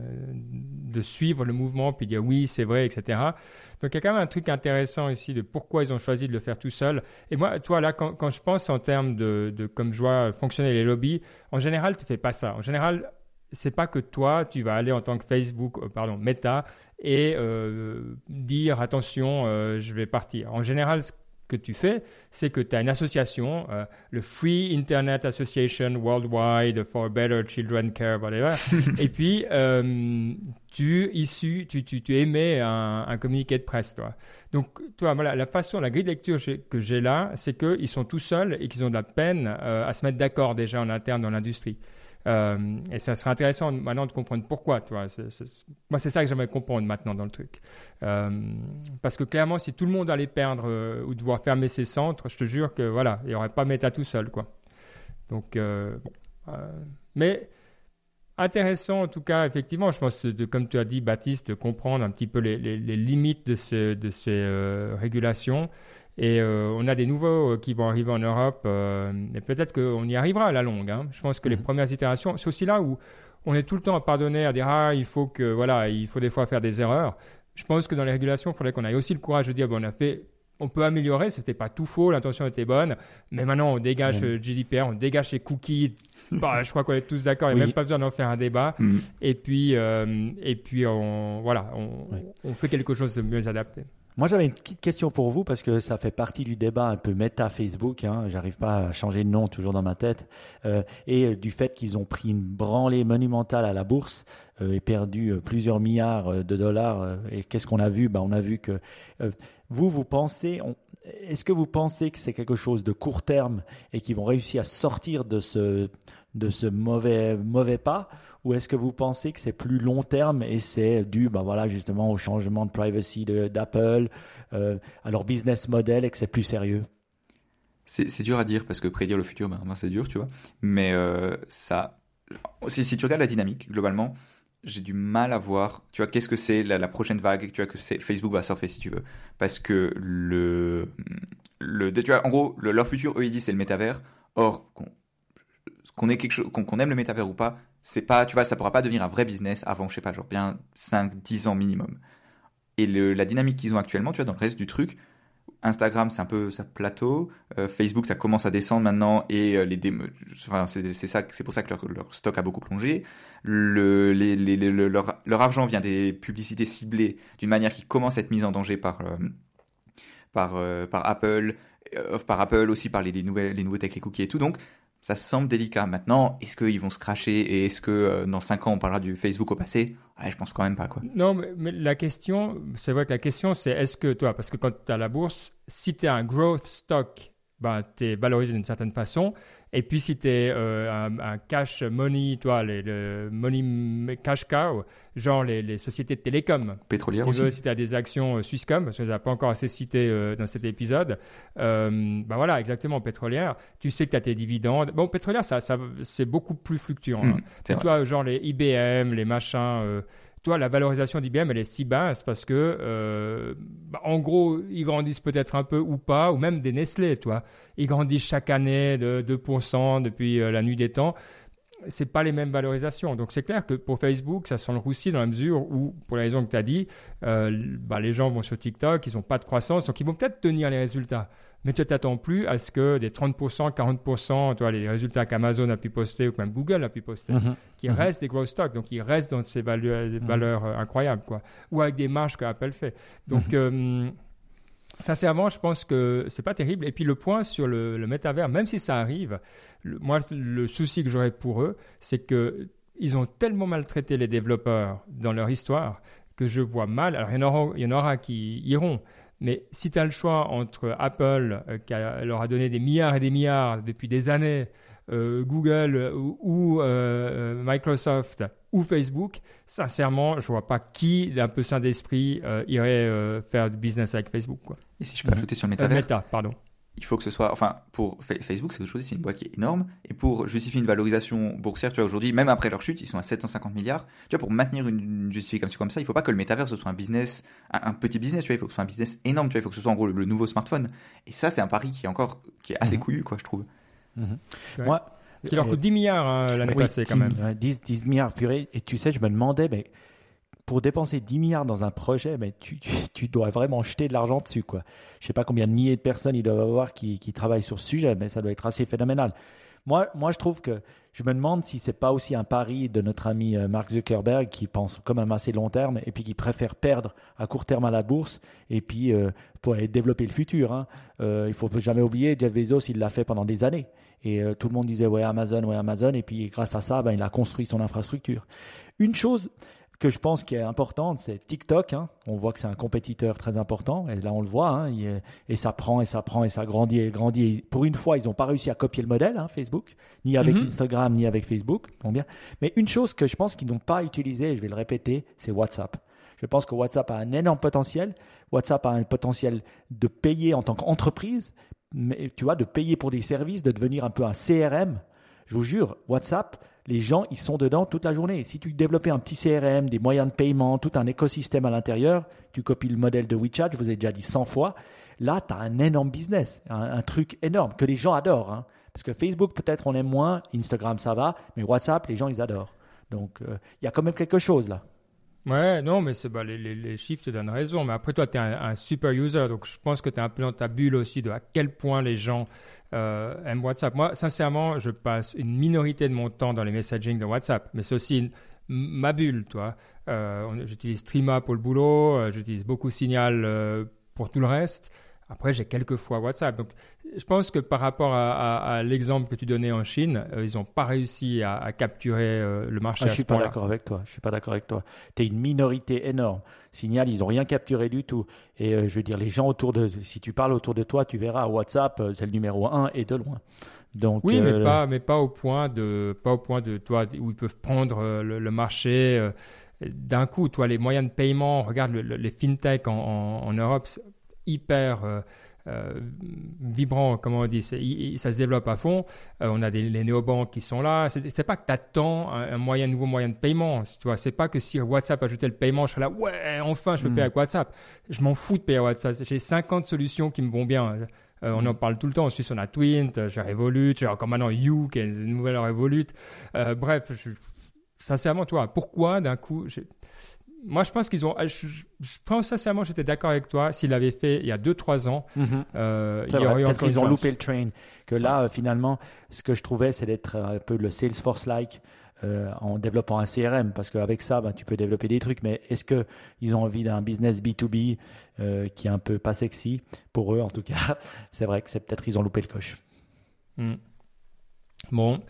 de suivre le mouvement puis dire oui, c'est vrai, et cetera. Donc, il y a quand même un truc intéressant ici de pourquoi ils ont choisi de le faire tout seul. Et moi, toi, là, quand, quand je pense en termes de, de comme je vois fonctionner les lobbies, en général, tu fais pas ça. En général, c'est pas que toi, tu vas aller en tant que Facebook, euh, pardon, Meta, et euh, dire attention, euh, je vais partir. En général, ce que tu fais, c'est que tu as une association, euh, le Free Internet Association Worldwide for Better Children Care, whatever, et puis euh, tu, issu, tu, tu, tu émets un, un communiqué de presse, toi. Donc, toi, voilà, la façon, la grille de lecture que j'ai là, c'est qu'ils sont tout seuls et qu'ils ont de la peine euh, à se mettre d'accord déjà en interne dans l'industrie. Euh, et ça serait intéressant maintenant de comprendre pourquoi. Tu vois. C'est, c'est, moi, c'est ça que j'aimerais comprendre maintenant dans le truc. Euh, parce que clairement, si tout le monde allait perdre euh, ou devoir fermer ses centres, je te jure que voilà, il n'y aurait pas Meta tout seul, quoi. Donc, euh, bon. Euh, mais intéressant en tout cas, effectivement, je pense, de, comme tu as dit, Baptiste, de comprendre un petit peu les, les, les limites de ces, de ces euh, régulations. Et euh, on a des nouveaux euh, qui vont arriver en Europe euh, et peut-être qu'on y arrivera à la longue. Hein. Je pense que mmh. les premières itérations, c'est aussi là où on est tout le temps à pardonner, à dire ah il faut que voilà, il faut des fois faire des erreurs. Je pense que dans les régulations, il faudrait qu'on ait aussi le courage de dire bon, on a fait, on peut améliorer, c'était pas tout faux, l'intention était bonne, mais maintenant on dégage mmh. G D P R, on dégage les cookies. Bah, je crois qu'on est tous d'accord, il n'y a oui. même pas besoin d'en faire un débat. Mmh. Et puis euh, et puis on voilà, on, oui. on fait quelque chose de mieux adapté. Moi, j'avais une petite question pour vous parce que ça fait partie du débat un peu méta Facebook. Hein, j'arrive pas à changer de nom toujours dans ma tête. Euh, et euh, du fait qu'ils ont pris une branlée monumentale à la bourse euh, et perdu euh, plusieurs milliards de dollars. Euh, et qu'est-ce qu'on a vu ? Ben, on a vu que euh, vous, vous pensez... On, est-ce que vous pensez que c'est quelque chose de court terme et qu'ils vont réussir à sortir de ce, de ce mauvais, mauvais pas ? Ou est-ce que vous pensez que c'est plus long terme et c'est dû ben voilà, justement au changement de privacy de, d'Apple, euh, à leur business model et que c'est plus sérieux ? c'est, c'est dur à dire parce que prédire le futur, ben, ben c'est dur, tu vois. Mais euh, ça, si, si tu regardes la dynamique, globalement, j'ai du mal à voir, tu vois, qu'est-ce que c'est la, la prochaine vague, tu vois, que c'est, Facebook va surfer si tu veux. Parce que le, le tu vois, en gros, le, leur futur, eux, ils disent c'est le métavers. Or, qu'on, qu'on ait quelque chose, qu'on, qu'on aime le métavers ou pas, c'est pas, tu vois, ça pourra pas devenir un vrai business avant, je sais pas, genre bien cinq dix ans minimum. Et le, la dynamique qu'ils ont actuellement, tu vois, dans le reste du truc, Instagram, c'est un peu ça plateau, euh, Facebook, ça commence à descendre maintenant et euh, les dé... enfin, c'est, c'est, ça, c'est pour ça que leur, leur stock a beaucoup plongé. Le, les, les, les, le, leur, leur argent vient des publicités ciblées d'une manière qui commence à être mise en danger par, euh, par, euh, par Apple, euh, par Apple aussi par les, les, nouvelles, les nouveaux tech, les cookies et tout. Donc, ça semble délicat. Maintenant, est-ce qu'ils vont se cracher et est-ce que euh, dans cinq ans on parlera du Facebook au passé ? Ouais, je pense quand même pas, quoi. Non, mais, mais la question, c'est vrai que la question c'est est-ce que toi, parce que quand tu es à la bourse, si tu es un growth stock, ben, tu es valorisé d'une certaine façon. Et puis si tu es euh, un, un cash money, toi, les, le money cash cow, genre les, les sociétés de télécom. Pétrolière si aussi. Tu veux, si tu as des actions euh, Swisscom, parce que je ne les ai pas encore assez citées euh, dans cet épisode, euh, ben voilà, exactement, pétrolière, tu sais que tu as tes dividendes. Bon, pétrolière, ça, ça, c'est beaucoup plus fluctuant. Mmh, hein. C'est toi, genre les I B M, les machins... Euh, toi, la valorisation d'I B M, elle est si basse parce que, euh, bah, en gros, ils grandissent peut-être un peu ou pas, ou même des Nestlé, toi. Ils grandissent chaque année de deux pour cent depuis euh, la nuit des temps. C'est pas les mêmes valorisations. Donc, c'est clair que pour Facebook, ça sent le roussi dans la mesure où, pour la raison que tu as dit, euh, bah, les gens vont sur TikTok, ils n'ont pas de croissance, donc ils vont peut-être tenir les résultats. Mais tu ne t'attends plus à ce que des trente pour cent, quarante pour cent, toi, les résultats qu'Amazon a pu poster ou que même Google a pu poster, mmh, qui mmh. restent des growth stocks, donc ils restent dans ces valeurs, mmh. valeurs euh, incroyables, quoi. Ou avec des marges que Apple fait. Donc, mmh. euh, sincèrement, je pense que c'est pas terrible. Et puis le point sur le, le métavers, même si ça arrive, le, moi, le souci que j'aurais pour eux, c'est que ils ont tellement maltraité les développeurs dans leur histoire que je vois mal. Alors, il y en aura, il y en aura qui iront. Mais si tu as le choix entre Apple, euh, qui a, leur a donné des milliards et des milliards depuis des années, euh, Google ou, ou euh, Microsoft ou Facebook, sincèrement, je vois pas qui, d'un peu sain d'esprit, euh, irait euh, faire du business avec Facebook, quoi. Et si je peux ajouter sur le Euh, métavers, Meta, pardon. il faut que ce soit, enfin, pour Fa- Facebook, c'est quelque chose, c'est une boîte qui est énorme, et pour justifier une valorisation boursière, tu vois, aujourd'hui, même après leur chute, ils sont à sept cent cinquante milliards, tu vois, pour maintenir une, une justification comme ça, il faut pas que le métavers, ce soit un business, un, un petit business, tu vois, il faut que ce soit un business énorme, tu vois, il faut que ce soit en gros le, le nouveau smartphone, et ça, c'est un pari qui est encore, qui est assez Mhm. couillu, quoi, je trouve. Mhm. Ouais. Moi, Qui leur coûte dix milliards hein, l'année oui, passée, quand dix, même. ouais, dix, dix milliards, purée. Et tu sais, je me demandais, mais pour dépenser dix milliards dans un projet, mais tu, tu, tu dois vraiment jeter de l'argent dessus, quoi. Je sais pas combien de milliers de personnes ils doivent avoir qui, qui travaillent sur ce sujet, mais ça doit être assez phénoménal. Moi, moi, je trouve que je me demande si c'est pas aussi un pari de notre ami euh, Mark Zuckerberg qui pense quand même assez long terme et puis qui préfère perdre à court terme à la bourse et puis euh, pour aller développer le futur. Hein. Euh, il faut jamais oublier, Jeff Bezos, il l'a fait pendant des années et euh, tout le monde disait ouais Amazon, ouais Amazon et puis grâce à ça, ben, il a construit son infrastructure. Une chose que je pense qui est importante, c'est TikTok. Hein. On voit que c'est un compétiteur très important. Et là, on le voit. Hein. Il, et ça prend, et ça prend, et ça grandit, et grandit. Et pour une fois, ils n'ont pas réussi à copier le modèle, hein, Facebook, ni avec Mhm. Instagram, ni avec Facebook. Bon, bien. Mais une chose que je pense qu'ils n'ont pas utilisée, et je vais le répéter, c'est WhatsApp. Je pense que WhatsApp a un énorme potentiel. WhatsApp a un potentiel de payer en tant qu'entreprise, mais, tu vois, de payer pour des services, de devenir un peu un C R M. Je vous jure, WhatsApp, les gens, ils sont dedans toute la journée. Si tu développais un petit C R M, des moyens de paiement, tout un écosystème à l'intérieur, tu copies le modèle de WeChat, je vous ai déjà dit cent fois, là, tu as un énorme business, un, un truc énorme que les gens adorent. Hein. Parce que Facebook, peut-être, on aime moins, Instagram, ça va, mais WhatsApp, les gens, ils adorent. Donc, il euh, y a quand même quelque chose là. Ouais, non, mais c'est, bah, les, les, les chiffres te donnent raison. Mais après, toi, tu es un, un super user. Donc, je pense que tu es un peu dans ta bulle aussi de à quel point les gens euh, aiment WhatsApp. Moi, sincèrement, je passe une minorité de mon temps dans les messaging de WhatsApp. Mais c'est aussi une, ma bulle, toi. Euh, on- j'utilise Streama pour le boulot. euh, j'utilise beaucoup Signal euh, pour tout le reste. Après, j'ai quelques fois WhatsApp. Donc, je pense que par rapport à, à- à l'exemple que tu donnais en Chine, euh, ils n'ont pas réussi à, à capturer euh, le marché Ah, à je ce suis pas point-là. d'accord avec toi. Je suis pas d'accord avec toi. Tu es une minorité énorme. Signal, ils ont rien capturé du tout. Et euh, je veux dire, les gens autour de, si tu parles autour de toi, tu verras WhatsApp, euh, c'est le numéro un et de loin. Donc, Oui, mais euh, pas, mais pas au point de, pas au point de, toi, où ils peuvent prendre euh, le, le marché euh, d'un coup. Toi, les moyens de paiement, regarde le- le- les fintech en, en, en Europe, c'est hyper euh, euh, vibrant, comment on dit, c'est- il- il- ça se développe à fond. Euh, on a des, les néobanques qui sont là. C'est, c'est pas que tu attends un, un moyen, nouveau moyen de paiement. Tu vois, c'est pas que si WhatsApp ajoutait le paiement, je serais là, ouais, enfin, je peux Mm. payer avec WhatsApp. Je m'en fous de payer avec WhatsApp. J'ai cinquante solutions qui me vont bien. Euh, on en parle tout le temps. En Suisse, on a Twint, euh, j'ai Revolut, j'ai encore maintenant You, qui est une nouvelle Revolut. Euh, bref, je- sincèrement, toi, pourquoi d'un coup j'ai- Moi, je pense qu'ils ont. Je, je- je pense sincèrement, j'étais d'accord avec toi. S'ils l'avaient fait il y a deux trois ans, mhm. euh, il C'est y vrai, aurait eu peut-être encore une qu'ils ont chance. loupé le train. Que là, euh, finalement, ce que je trouvais, c'est d'être un peu le Salesforce-like euh, en développant un C R M. Parce qu'avec ça, ben, tu peux développer des trucs. Mais est-ce qu'ils ont envie d'un business B deux B euh, qui est un peu pas sexy pour eux, en tout cas? C'est vrai que c'est peut-être ils ont loupé le coche. Hmm. Bon.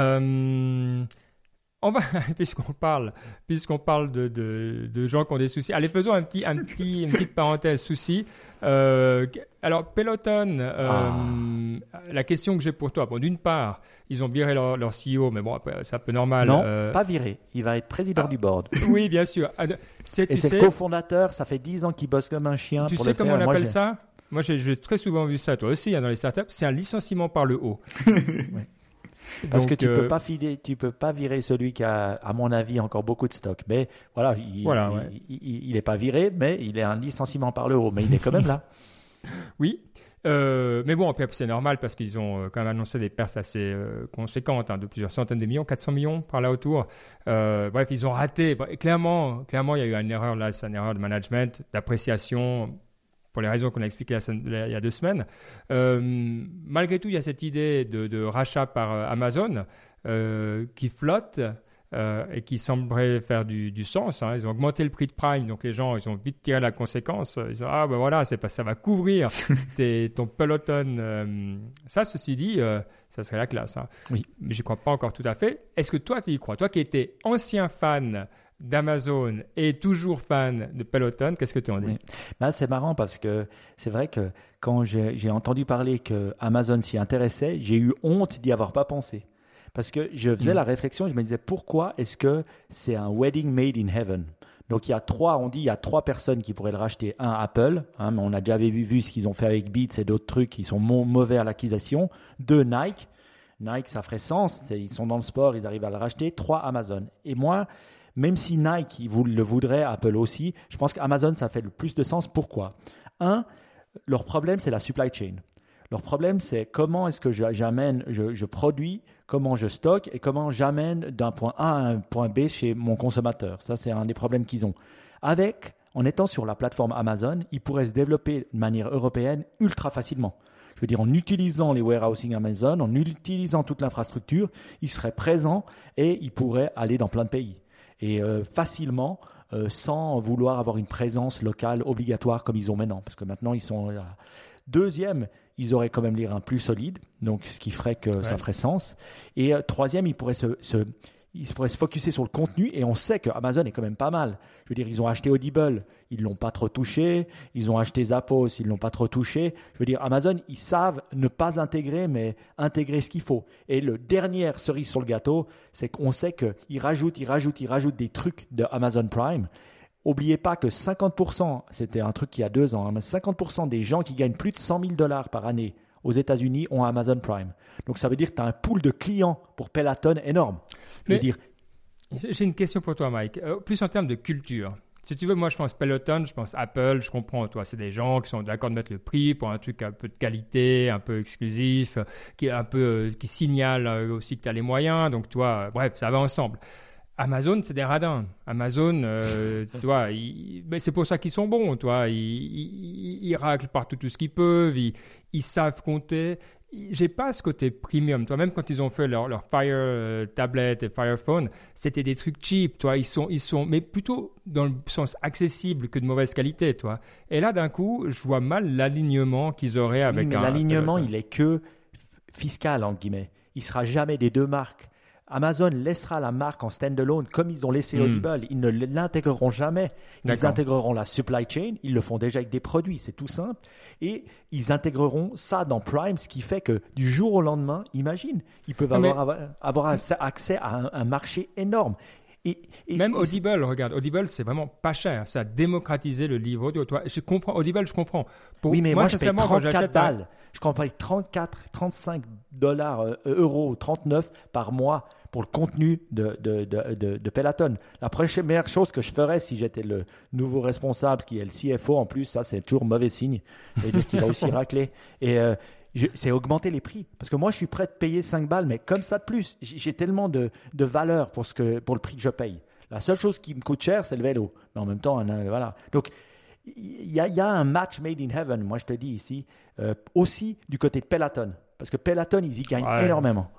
Euh, On va, puisqu'on parle, puisqu'on parle de, de, de gens qui ont des soucis. Allez, faisons un petit, un petit, une petite parenthèse soucis. Euh, alors, Peloton, euh, Ah. la question que j'ai pour toi, bon, d'une part, ils ont viré leur, leur C E O, mais bon, après, c'est un peu normal. Non, euh, pas viré. Il va être président ah. du board. Oui, bien sûr. Ah, c'est, Et tu c'est sais, le cofondateur. Ça fait dix ans qu'il bosse comme un chien tu pour sais le comment faire. on Moi, appelle j'ai- ça? Moi, j'ai, j'ai très souvent vu ça, toi aussi, hein, dans les startups. C'est un licenciement par le haut. Parce Donc, que tu euh, peux pas filer, tu peux pas virer celui qui a, à mon avis, encore beaucoup de stock. Mais voilà, il, Voilà, il, ouais. il, il est pas viré, mais il est un licenciement par le haut. Mais il est quand même là. Oui, euh, mais bon, c'est normal parce qu'ils ont euh, quand même annoncé des pertes assez euh, conséquentes, hein, de plusieurs centaines de millions, quatre cents millions par là autour. Euh, bref, ils ont raté. Bon, et clairement, clairement, il y a eu une erreur là, c'est une erreur de management, d'appréciation, pour les raisons qu'on a expliquées la semaine- il y a deux semaines. Euh, malgré tout, il y a cette idée de, de rachat par euh, Amazon euh, qui flotte. euh, et qui sembleraient faire du, du sens. Hein. Ils ont augmenté le prix de Prime, donc les gens, ils ont vite tiré la conséquence. Ils ont ah ben voilà, c'est pas, ça va couvrir tes, ton peloton. Euh, ça, ceci dit, euh, ça serait la classe. Hein. Oui. Mais j'y crois pas encore tout à fait. Est-ce que toi, tu y crois? Toi qui étais ancien fan d'Amazon et toujours fan de Peloton, qu'est-ce que tu en dis? Oui. Ben, c'est marrant parce que c'est vrai que quand j'ai, j'ai entendu parler que Amazon s'y intéressait, j'ai eu honte d'y avoir pas pensé. Parce que je faisais mmh. la réflexion, je me disais pourquoi est-ce que c'est un wedding made in heaven? Donc il y a trois, on dit il y a trois personnes qui pourraient le racheter. Un, Apple, hein, mais on a déjà vu, vu ce qu'ils ont fait avec Beats et d'autres trucs qui sont mo- mauvais à l'acquisition. Deux, Nike. Nike, ça ferait sens, ils sont dans le sport, ils arrivent à le racheter. Trois, Amazon. Et moi, même si Nike il le voudrait, Apple aussi, je pense qu'Amazon, ça fait le plus de sens. Pourquoi? Un, leur problème, c'est la supply chain. Leur problème, c'est comment est-ce que j'amène, je, je produis, comment je stocke et comment j'amène d'un point A à un point B chez mon consommateur. Ça, c'est un des problèmes qu'ils ont. Avec, en étant sur la plateforme Amazon, ils pourraient se développer de manière européenne ultra facilement. Je veux dire, en utilisant les warehousing Amazon, en utilisant toute l'infrastructure, ils seraient présents et ils pourraient aller dans plein de pays. Et euh, facilement, euh, sans vouloir avoir une présence locale obligatoire comme ils ont maintenant. Parce que maintenant, ils sont... Euh, Deuxième, ils auraient quand même les reins plus solides, donc ce qui ferait que ouais. ça ferait sens. Et euh, troisième, ils pourraient se, se, ils pourraient se focuser sur le contenu. Et on sait que Amazon est quand même pas mal. Je veux dire, ils ont acheté Audible, ils l'ont pas trop touché. Ils ont acheté Zappos, ils l'ont pas trop touché. Je veux dire, Amazon, ils savent ne pas intégrer, mais intégrer ce qu'il faut. Et le dernière cerise sur le gâteau, c'est qu'on sait qu'ils rajoutent, ils rajoutent, ils rajoutent des trucs de Amazon Prime. N'oubliez pas que cinquante pour cent, c'était un truc qui a deux ans, hein, mais cinquante pour cent des gens qui gagnent plus de cent mille dollars par année aux États-Unis ont Amazon Prime. Donc ça veut dire que tu as un pool de clients pour Peloton énorme. Je veux dire... J'ai une question pour toi, Mike. Euh, plus en termes de culture. Si tu veux, moi je pense Peloton, je pense Apple, je comprends. Toi, c'est des gens qui sont d'accord de mettre le prix pour un truc un peu de qualité, un peu exclusif, qui, un peu, euh, qui signale aussi que tu as les moyens. Donc toi, euh, bref, ça va ensemble. Amazon, c'est des radins. Amazon, euh, tu vois, ils, mais c'est pour ça qu'ils sont bons, tu vois. Ils, ils, ils raclent partout tout ce qu'ils peuvent, ils, ils savent compter. J'ai pas ce côté premium, toi. Même quand ils ont fait leur, leur Fire euh, Tablet et Fire Phone, c'était des trucs cheap, toi. Ils sont, ils sont, mais plutôt dans le sens accessible que de mauvaise qualité, toi. Et là, d'un coup, je vois mal l'alignement qu'ils auraient avec oui, mais un. L'alignement, un, il est que fiscal, entre guillemets. Il sera jamais des deux marques. Amazon laissera la marque en stand-alone comme ils ont laissé Audible. Mm. Ils ne l'intégreront jamais. Ils D'accord. intégreront la supply chain. Ils le font déjà avec des produits. C'est tout simple. Et ils intégreront ça dans Prime, ce qui fait que du jour au lendemain, imagine, ils peuvent avoir, Mais... avoir, avoir un, accès à un, un marché énorme. Et, et, Même et Audible, regarde, Audible, c'est vraiment pas cher. Ça a démocratisé le livre audio. Toi, je comprends, Audible, je comprends. Pour, oui, mais moi, moi je paye trente-quatre balles. Un... Je comprends trente-quatre, trente-cinq dollars, euh, euros, trente-neuf par mois pour le contenu de, de, de, de, de Peloton. La première chose que je ferais si j'étais le nouveau responsable qui est le C F O, en plus, ça c'est toujours mauvais signe. Ça veut dire qu'il va aussi racler. Et euh, je, c'est augmenter les prix. Parce que moi, je suis prêt de payer cinq balles, mais comme ça de plus. J'ai tellement de, de valeur pour, ce que, pour le prix que je paye. La seule chose qui me coûte cher, c'est le vélo. Mais en même temps, voilà. Donc, il y, y a un match made in heaven, moi je te dis ici, euh, aussi du côté de Peloton. Parce que Peloton, ils y gagnent ouais. énormément.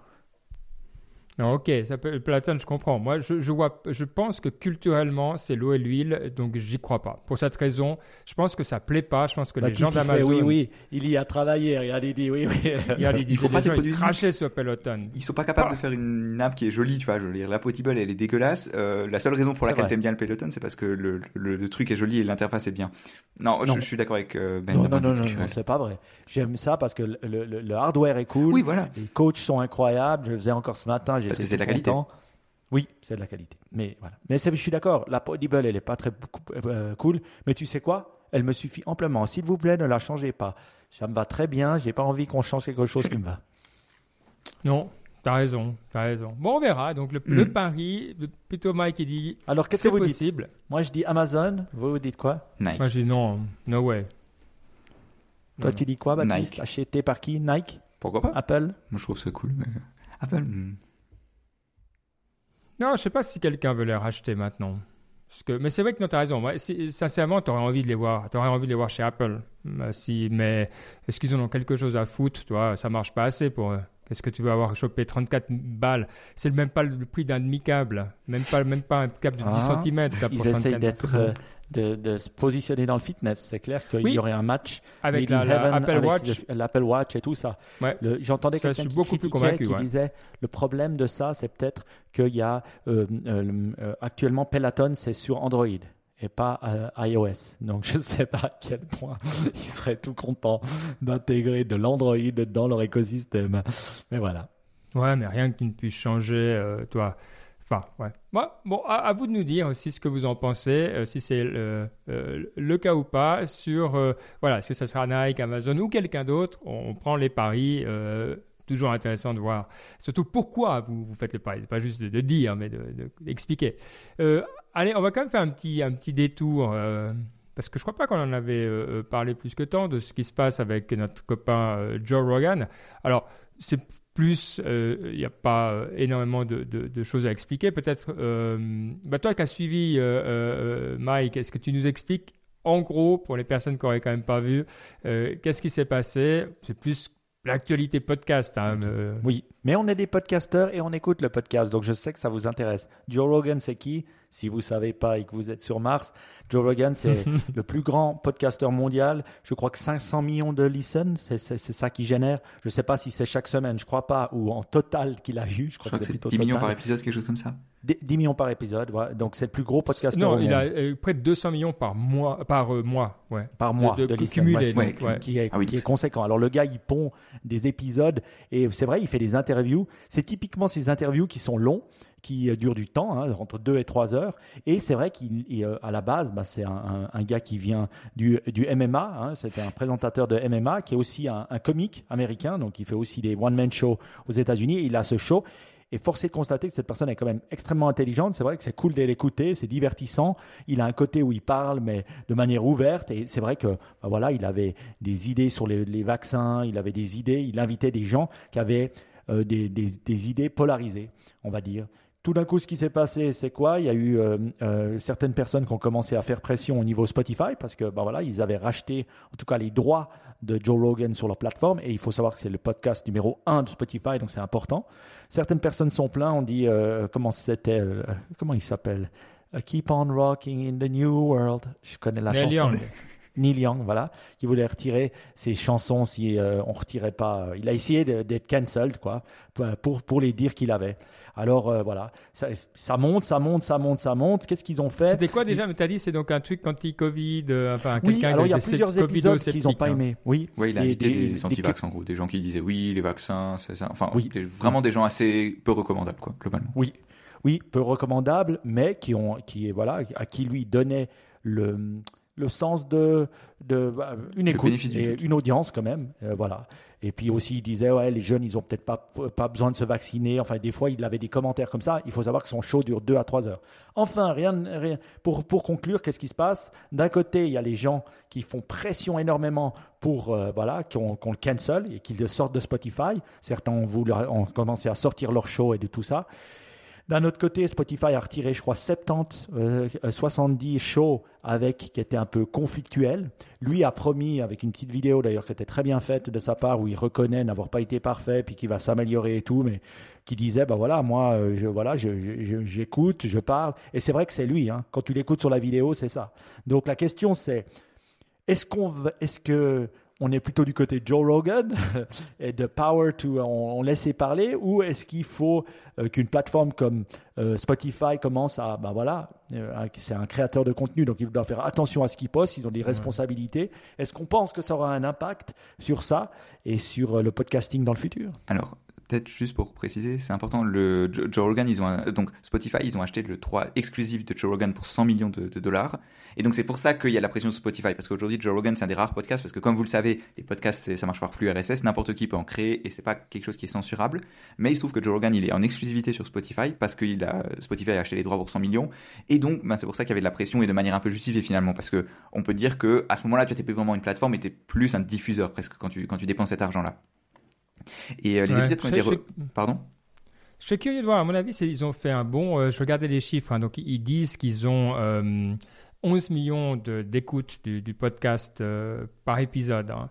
Non, ok, ça peut, Peloton, je comprends. Moi, je, je, vois, je pense que culturellement, c'est l'eau et l'huile, donc j'y crois pas. Pour cette raison, je pense que ça plaît pas. Je pense que bah, les gens d'Amazon... Oui, oui, il y a travaillé, regarde, il dit oui, oui. Il y a des, il faut des pas gens qui crachaient sur Peloton. Ils sont pas capables ah. de faire une nappe qui est jolie, tu vois. Je veux dire, la Audible, elle est dégueulasse. Euh, la seule raison pour laquelle t'aimes bien le Peloton, c'est parce que le, le, le truc est joli et l'interface est bien. Non, non. Je, je suis d'accord avec euh, Ben. Non, non, non, non, non, c'est pas vrai. J'aime ça parce que le, le, le hardware est cool. Oui, voilà. Les coachs sont incroyables. Je le faisais encore ce matin. Parce que c'est de la qualité. Oui, c'est de la qualité. Mais voilà. Mais je suis d'accord. La Audible, elle est pas très euh, cool. Mais tu sais quoi? Elle me suffit amplement. S'il vous plaît, ne la changez pas. Ça me va très bien. J'ai pas envie qu'on change quelque chose qui me va. Non, t'as raison. T'as raison. Bon, on verra. Donc le, mm. le pari, plutôt Mike qui dit. Alors qu'est-ce que vous possible. dites? Moi, je dis Amazon. Vous, vous dites quoi? Nike. Moi, je dis non. No way. Toi, non. tu dis quoi, Baptiste? Nike. Acheté par qui? Nike? Pourquoi pas? Apple? Moi, je trouve ça cool. Mais... Apple. Mm. Non, je sais pas si quelqu'un veut les racheter maintenant. Parce que, mais c'est vrai que non, tu as raison. Moi, si, sincèrement, tu aurais envie de les voir. Tu aurais envie de les voir chez Apple. Si, mais est-ce qu'ils en ont quelque chose à foutre? Tu vois, ça marche pas assez pour eux. Qu'est-ce que tu vas avoir chopé trente-quatre balles? C'est même pas le prix d'un demi-câble, même pas, même pas un câble de dix Ah, centimètres. Ils essayent d'être, euh, de, de se positionner dans le fitness. C'est clair qu'il Oui. y aurait un match Avec made in la- la heaven, Apple avec Watch. le- l'Apple Watch et tout ça. Ouais. Le- j'entendais Ça, je quelqu'un suis qui beaucoup plus critiquait, convaincu, qui ouais. disait le problème de ça, c'est peut-être qu'il y a euh, euh, euh, actuellement Peloton, c'est sur Android et pas euh, iOS. Donc je ne sais pas à quel point ils seraient tout contents d'intégrer de l'Android dans leur écosystème. Mais voilà. Ouais, mais rien qui ne puisse changer, euh, toi. Enfin, ouais. Bon, bon à, à vous de nous dire aussi ce que vous en pensez, euh, si c'est le, euh, le cas ou pas, sur, euh, voilà, est-ce que ça sera Nike, Amazon ou quelqu'un d'autre. On, on prend les paris. Euh, toujours intéressant de voir, surtout pourquoi vous, vous faites le pari. C'est pas juste de, de dire, mais de, de, d'expliquer. Euh, allez, on va quand même faire un petit, un petit détour. Euh, Parce que je ne crois pas qu'on en avait euh, parlé plus que tant de ce qui se passe avec notre copain euh, Joe Rogan. Alors, c'est plus, il euh, n'y a pas euh, énormément de, de, de choses à expliquer. Peut-être, euh, bah toi qui as suivi euh, euh, Mike, est-ce que tu nous expliques, en gros, pour les personnes qui n'auraient quand même pas vu, euh, qu'est-ce qui s'est passé? C'est plus l'actualité podcast. Hein, euh. Oui, mais on est des podcasteurs et on écoute le podcast, donc je sais que ça vous intéresse. Joe Rogan, c'est qui? Si vous ne savez pas et que vous êtes sur Mars, Joe Rogan, c'est le plus grand podcasteur mondial. Je crois que cinq cents millions de listens, c'est, c'est, c'est ça qui génère. Je ne sais pas si c'est chaque semaine, je ne crois pas, ou en total qu'il a eu. Je crois, je crois que, que c'est, c'est plutôt dix millions total. par épisode, quelque chose comme ça. dix millions par épisode, voilà. Donc c'est le plus gros podcasteur Non, au il monde. a euh, près de deux cents millions par mois, par euh, mois, ouais. Par mois de, de, de listens. cumulé, Ouais, donc, ouais. qui, est, Ah oui. qui est conséquent. Alors le gars, il pond des épisodes et c'est vrai, il fait des interviews. C'est typiquement ces interviews qui sont longs, qui euh, durent du temps, hein, entre deux et trois heures. Et c'est vrai qu'il, il, euh, à la base, bah, c'est un, un, un gars qui vient du, du M M A. Hein, c'était un présentateur de M M A qui est aussi un, un comique américain, donc il fait aussi des one-man shows aux États-Unis. Il a ce show. Et force est de constater que cette personne est quand même extrêmement intelligente. C'est vrai que c'est cool de l'écouter, c'est divertissant. Il a un côté où il parle, mais de manière ouverte. Et c'est vrai que, bah voilà, il avait des idées sur les, les vaccins, il avait des idées, il invitait des gens qui avaient euh, des, des, des idées polarisées, on va dire. Tout d'un coup, ce qui s'est passé, c'est quoi? Il y a eu euh, euh, certaines personnes qui ont commencé à faire pression au niveau Spotify parce que, ben voilà, ils avaient racheté, en tout cas, les droits de Joe Rogan sur leur plateforme. Et il faut savoir que c'est le podcast numéro un de Spotify, donc c'est important. Certaines personnes sont plaintes. On dit, euh, comment c'était, euh, comment il s'appelle? Uh, Keep on rocking in the new world. Je connais la Neil chanson. Young. Neil Young, voilà, qui voulait retirer ses chansons si euh, on retirait pas. Il a essayé de, d'être cancelled, quoi, pour pour les dires qu'il avait. Alors euh, voilà, ça, ça monte, ça monte, ça monte, ça monte. Qu'est-ce qu'ils ont fait? C'était quoi déjà? Mais tu as dit c'est donc un truc anti-Covid, euh, enfin Oui, quelqu'un alors il qui y a était plusieurs épisodes qu'ils n'ont pas hein. aimés. Oui, Oui, il a Des- invité des- des, des- anti-vax, en gros. Des gens qui disaient oui, les vaccins, c'est ça. Enfin, Oui. des- vraiment des gens assez peu recommandables, quoi, globalement. Oui, oui, peu recommandables, mais qui ont, qui voilà, à qui lui donnait le le sens de, de bah, une Le écoute bénéfice du et doute. une audience quand même, euh, voilà. Et puis aussi il disait ouais les jeunes ils ont peut-être pas pas besoin de se vacciner. Enfin des fois il avait des commentaires comme ça. Il faut savoir que son show dure deux à trois heures. Enfin rien rien pour pour conclure qu'est-ce qui se passe? D'un côté il y a les gens qui font pression énormément pour euh, voilà qu'on qu'on le cancel et qu'ils le sortent de Spotify. Certains ont voulu ont commencé à sortir leur show et de tout ça. D'un autre côté, Spotify a retiré, je crois, soixante-dix, euh, soixante-dix shows avec, qui étaient un peu conflictuels. Lui a promis, avec une petite vidéo d'ailleurs qui était très bien faite de sa part, où il reconnaît n'avoir pas été parfait, puis qu'il va s'améliorer et tout, mais qui disait, ben voilà, moi, euh, je, voilà, je, je, j'écoute, je parle. Et c'est vrai que c'est lui, hein. Quand tu l'écoutes sur la vidéo, c'est ça. Donc la question c'est, est-ce qu'on, va- est-ce que on est plutôt du côté de Joe Rogan et de power to on, on laisser parler, ou est-ce qu'il faut euh, qu'une plateforme comme euh, Spotify commence à ben voilà euh, c'est un créateur de contenu donc il doit faire attention à ce qu'il poste, ils ont des responsabilités. Est-ce qu'on pense que ça aura un impact sur ça et sur euh, le podcasting dans le futur? Alors, peut-être juste pour préciser, c'est important, le Joe Joe Rogan, ils ont un- donc Spotify, ils ont acheté le droit exclusif de Joe Rogan pour cent millions de, de dollars. Et donc c'est pour ça qu'il y a la pression sur Spotify, parce qu'aujourd'hui Joe Rogan c'est un des rares podcasts, parce que comme vous le savez, les podcasts c'est- ça marche par flux R S S, n'importe qui peut en créer et c'est pas quelque chose qui est censurable. Mais il se trouve que Joe Rogan il est en exclusivité sur Spotify parce que il a, Spotify a acheté les droits pour cent millions. Et donc ben, c'est pour ça qu'il y avait de la pression et de manière un peu justifiée finalement, parce que on peut dire que à ce moment-là tu n'étais plus vraiment une plateforme, mais t'es plus un diffuseur presque quand tu quand tu dépenses cet argent-là. Et euh, les Ouais. épisodes qui ont Je- été je- re- pardon. Je suis curieux de voir. À mon avis, c'est, ils ont fait un bon. Euh, je regardais les chiffres. Hein, donc, ils disent qu'ils ont euh, onze millions de, d'écoutes du, du podcast euh, par épisode. Hein.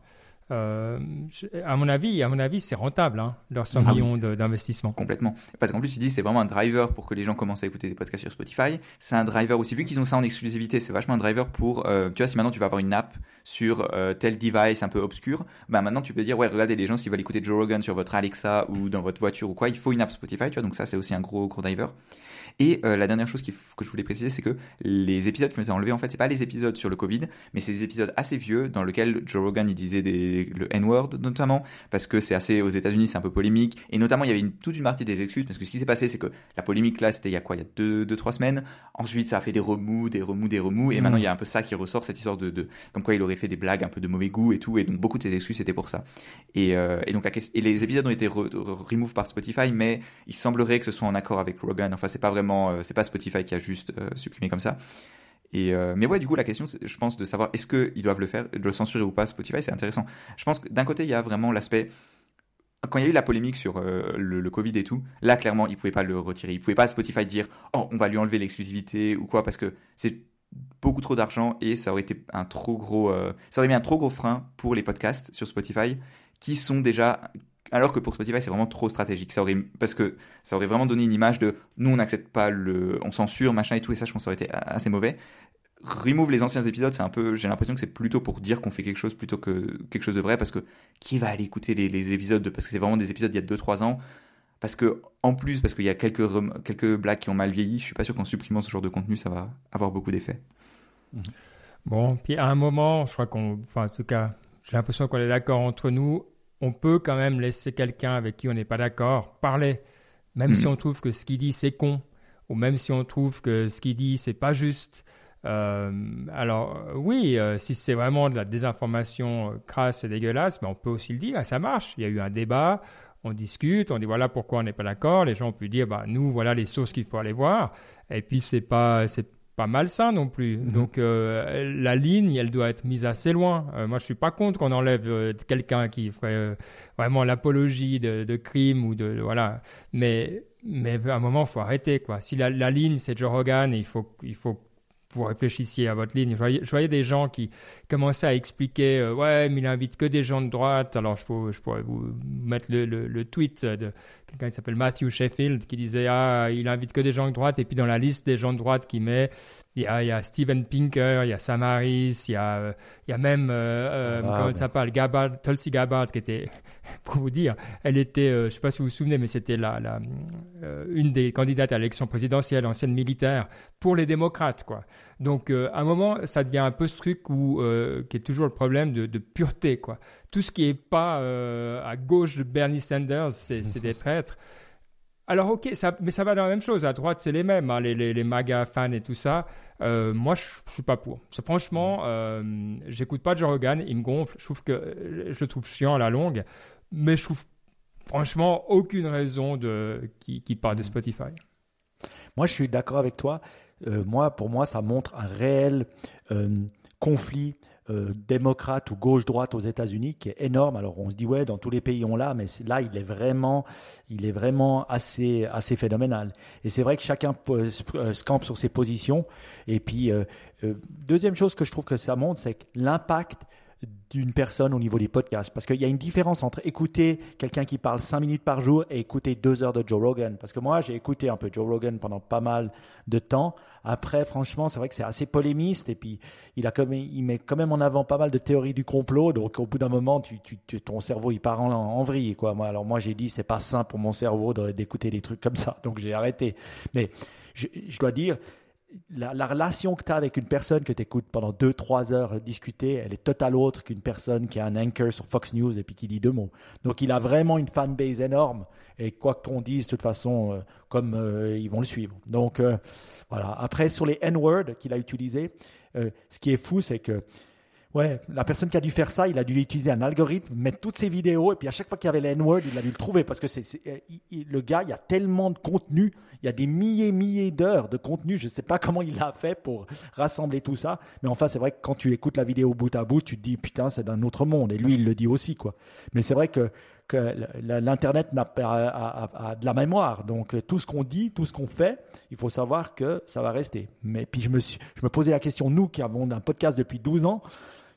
Euh, à mon avis, à mon avis, c'est rentable, hein, leurs cent Ah millions oui. de, d'investissement. Complètement. Parce qu'en plus, ils disent c'est vraiment un driver pour que les gens commencent à écouter des podcasts sur Spotify. C'est un driver aussi, vu qu'ils ont ça en exclusivité, c'est vachement un driver pour, euh, tu vois, si maintenant tu vas avoir une app sur euh, tel device un peu obscur, bah maintenant tu peux dire, ouais, regardez les gens, s'ils veulent écouter Joe Rogan sur votre Alexa ou dans votre voiture ou quoi, il faut une app Spotify, tu vois, donc ça c'est aussi un gros, gros driver. Et euh, la dernière chose qui, que je voulais préciser, c'est que les épisodes qui ont été enlevés, en fait, c'est pas les épisodes sur le Covid, mais c'est des épisodes assez vieux dans lesquels Joe Rogan il disait des, le N-word notamment, parce que c'est assez aux États-Unis, c'est un peu polémique. Et notamment, il y avait une, toute une partie des excuses, parce que ce qui s'est passé, c'est que la polémique là, c'était il y a quoi, il y a deux, deux, trois semaines. Ensuite, ça a fait des remous, des remous, des remous, et mmh. maintenant il y a un peu ça qui ressort, cette histoire de, de, comme quoi il aurait fait des blagues un peu de mauvais goût et tout, et donc beaucoup de ces excuses c'était pour ça. Et, euh, et donc la question, et les épisodes ont été re, re, remove par Spotify, mais il semblerait que ce soit en accord avec Rogan. Enfin, c'est pas vraiment, euh, c'est pas Spotify qui a juste euh, supprimé comme ça. Et euh, mais ouais, du coup, la question, c'est, je pense, de savoir est-ce qu'ils doivent le faire, de le censurer ou pas, Spotify, c'est intéressant. Je pense que d'un côté, il y a vraiment l'aspect. Quand il y a eu la polémique sur euh, le, le Covid et tout, là, clairement, ils pouvaient pas le retirer. Ils pouvaient pas, Spotify, dire oh, on va lui enlever l'exclusivité ou quoi, parce que c'est beaucoup trop d'argent et ça aurait été un trop gros, euh, ça aurait mis un trop gros frein pour les podcasts sur Spotify qui sont déjà. Alors que pour Spotify, c'est vraiment trop stratégique. Ça aurait, parce que ça aurait vraiment donné une image de nous, on n'accepte pas le, on censure, machin et tout, et ça, je pense que ça aurait été assez mauvais. Remove les anciens épisodes, c'est un peu, j'ai l'impression que c'est plutôt pour dire qu'on fait quelque chose plutôt que quelque chose de vrai, parce que qui va aller écouter les, les épisodes de, parce que c'est vraiment des épisodes d'il y a deux trois ans, parce que, en plus, parce qu'il y a quelques, quelques blagues qui ont mal vieilli, je suis pas sûr qu'en supprimant ce genre de contenu, ça va avoir beaucoup d'effets. Mmh. Bon, puis à un moment, je crois qu'on, enfin, en tout cas, j'ai l'impression qu'on est d'accord entre nous. On peut quand même laisser quelqu'un avec qui on n'est pas d'accord parler, même mmh. si on trouve que ce qu'il dit c'est con, ou même si on trouve que ce qu'il dit c'est pas juste. Euh, alors oui, euh, si c'est vraiment de la désinformation euh, crasse et dégueulasse, ben on peut aussi le dire, ça marche. Il y a eu un débat, on discute, on dit voilà pourquoi on n'est pas d'accord. Les gens ont pu dire bah nous voilà les sources qu'il faut aller voir. Et puis c'est pas c'est pas malsain non plus. Mmh. Donc euh, la ligne, elle doit être mise assez loin. Euh, moi, je suis pas contre qu'on enlève euh, quelqu'un qui ferait euh, vraiment l'apologie de, de crimes ou de, de voilà. Mais mais à un moment, faut arrêter quoi. Si la, la ligne c'est Joe Rogan, il faut il faut vous réfléchissiez à votre ligne. Je voyais, je voyais des gens qui commençaient à expliquer euh, ouais, mais il invite que des gens de droite. Alors je pourrais, je pourrais vous mettre le, le, le tweet de quelqu'un qui s'appelle Matthew Sheffield qui disait ah, il invite que des gens de droite. Et puis dans la liste des gens de droite qu'il met, il y a, il y a Steven Pinker, il y a Sam Harris, il y a, euh, il y a même euh, euh, comment ça s'appelle, Gabbard, Tulsi Gabbard qui était, pour vous dire, elle était, euh, je ne sais pas si vous vous souvenez, mais c'était la, la, euh, une des candidates à l'élection présidentielle, ancienne militaire, pour les démocrates, quoi. Donc, euh, à un moment, ça devient un peu ce truc où, euh, qui est toujours le problème de, de pureté, quoi. Tout ce qui n'est pas euh, à gauche de Bernie Sanders, c'est, c'est des traîtres. Alors, ok, ça, mais ça va dans la même chose. À droite, c'est les mêmes, hein, les, les, les MAGA fans et tout ça. Euh, moi, je ne suis pas pour. C'est, franchement, euh, j'écoute pas Joe Rogan, il me gonfle. Je trouve que je le trouve chiant à la longue, mais je trouve franchement aucune raison de qui, qui parle de Spotify. Moi, je suis d'accord avec toi. Euh, moi, pour moi, ça montre un réel euh, conflit euh, démocrate ou gauche-droite aux États-Unis qui est énorme. Alors, on se dit ouais, dans tous les pays on l'a, mais là, il est vraiment, il est vraiment assez, assez phénoménal. Et c'est vrai que chacun euh, se campe sur ses positions. Et puis, euh, euh, deuxième chose que je trouve que ça montre, c'est que l'impact d'une personne au niveau des podcasts. Parce qu'il y a une différence entre écouter quelqu'un qui parle cinq minutes par jour et écouter deux heures de Joe Rogan. Parce que moi, j'ai écouté un peu Joe Rogan pendant pas mal de temps. Après, franchement, c'est vrai que c'est assez polémiste et puis il, a comme, il met quand même en avant pas mal de théories du complot. Donc, au bout d'un moment, tu, tu, tu, ton cerveau, il part en, en vrille, quoi. Moi, alors moi, j'ai dit, c'est pas sain pour mon cerveau de, d'écouter des trucs comme ça. Donc, j'ai arrêté. Mais je, je dois dire, La, la relation que tu as avec une personne que tu écoutes pendant deux trois heures discuter, elle est totalement autre qu'une personne qui a un anchor sur Fox News et puis qui dit deux mots. Donc, il a vraiment une fanbase énorme et quoi qu'on dise, de toute façon, euh, comme euh, ils vont le suivre. Donc, euh, voilà. Après, sur les N-words qu'il a utilisés, euh, ce qui est fou, c'est que ouais, la personne qui a dû faire ça, il a dû utiliser un algorithme, mettre toutes ses vidéos, et puis à chaque fois qu'il y avait les N-word, il a dû le trouver, parce que c'est, c'est, il, il, le gars, il y a tellement de contenu, il y a des milliers, milliers d'heures de contenu, je ne sais pas comment il a fait pour rassembler tout ça, mais enfin, c'est vrai que quand tu écoutes la vidéo bout à bout, tu te dis, putain, c'est d'un autre monde, et lui, il le dit aussi, quoi. Mais c'est vrai que, que l'Internet n'a pas a, a, a de la mémoire, donc tout ce qu'on dit, tout ce qu'on fait, il faut savoir que ça va rester. Mais puis je me, suis, je me posais la question, nous qui avons un podcast depuis douze ans,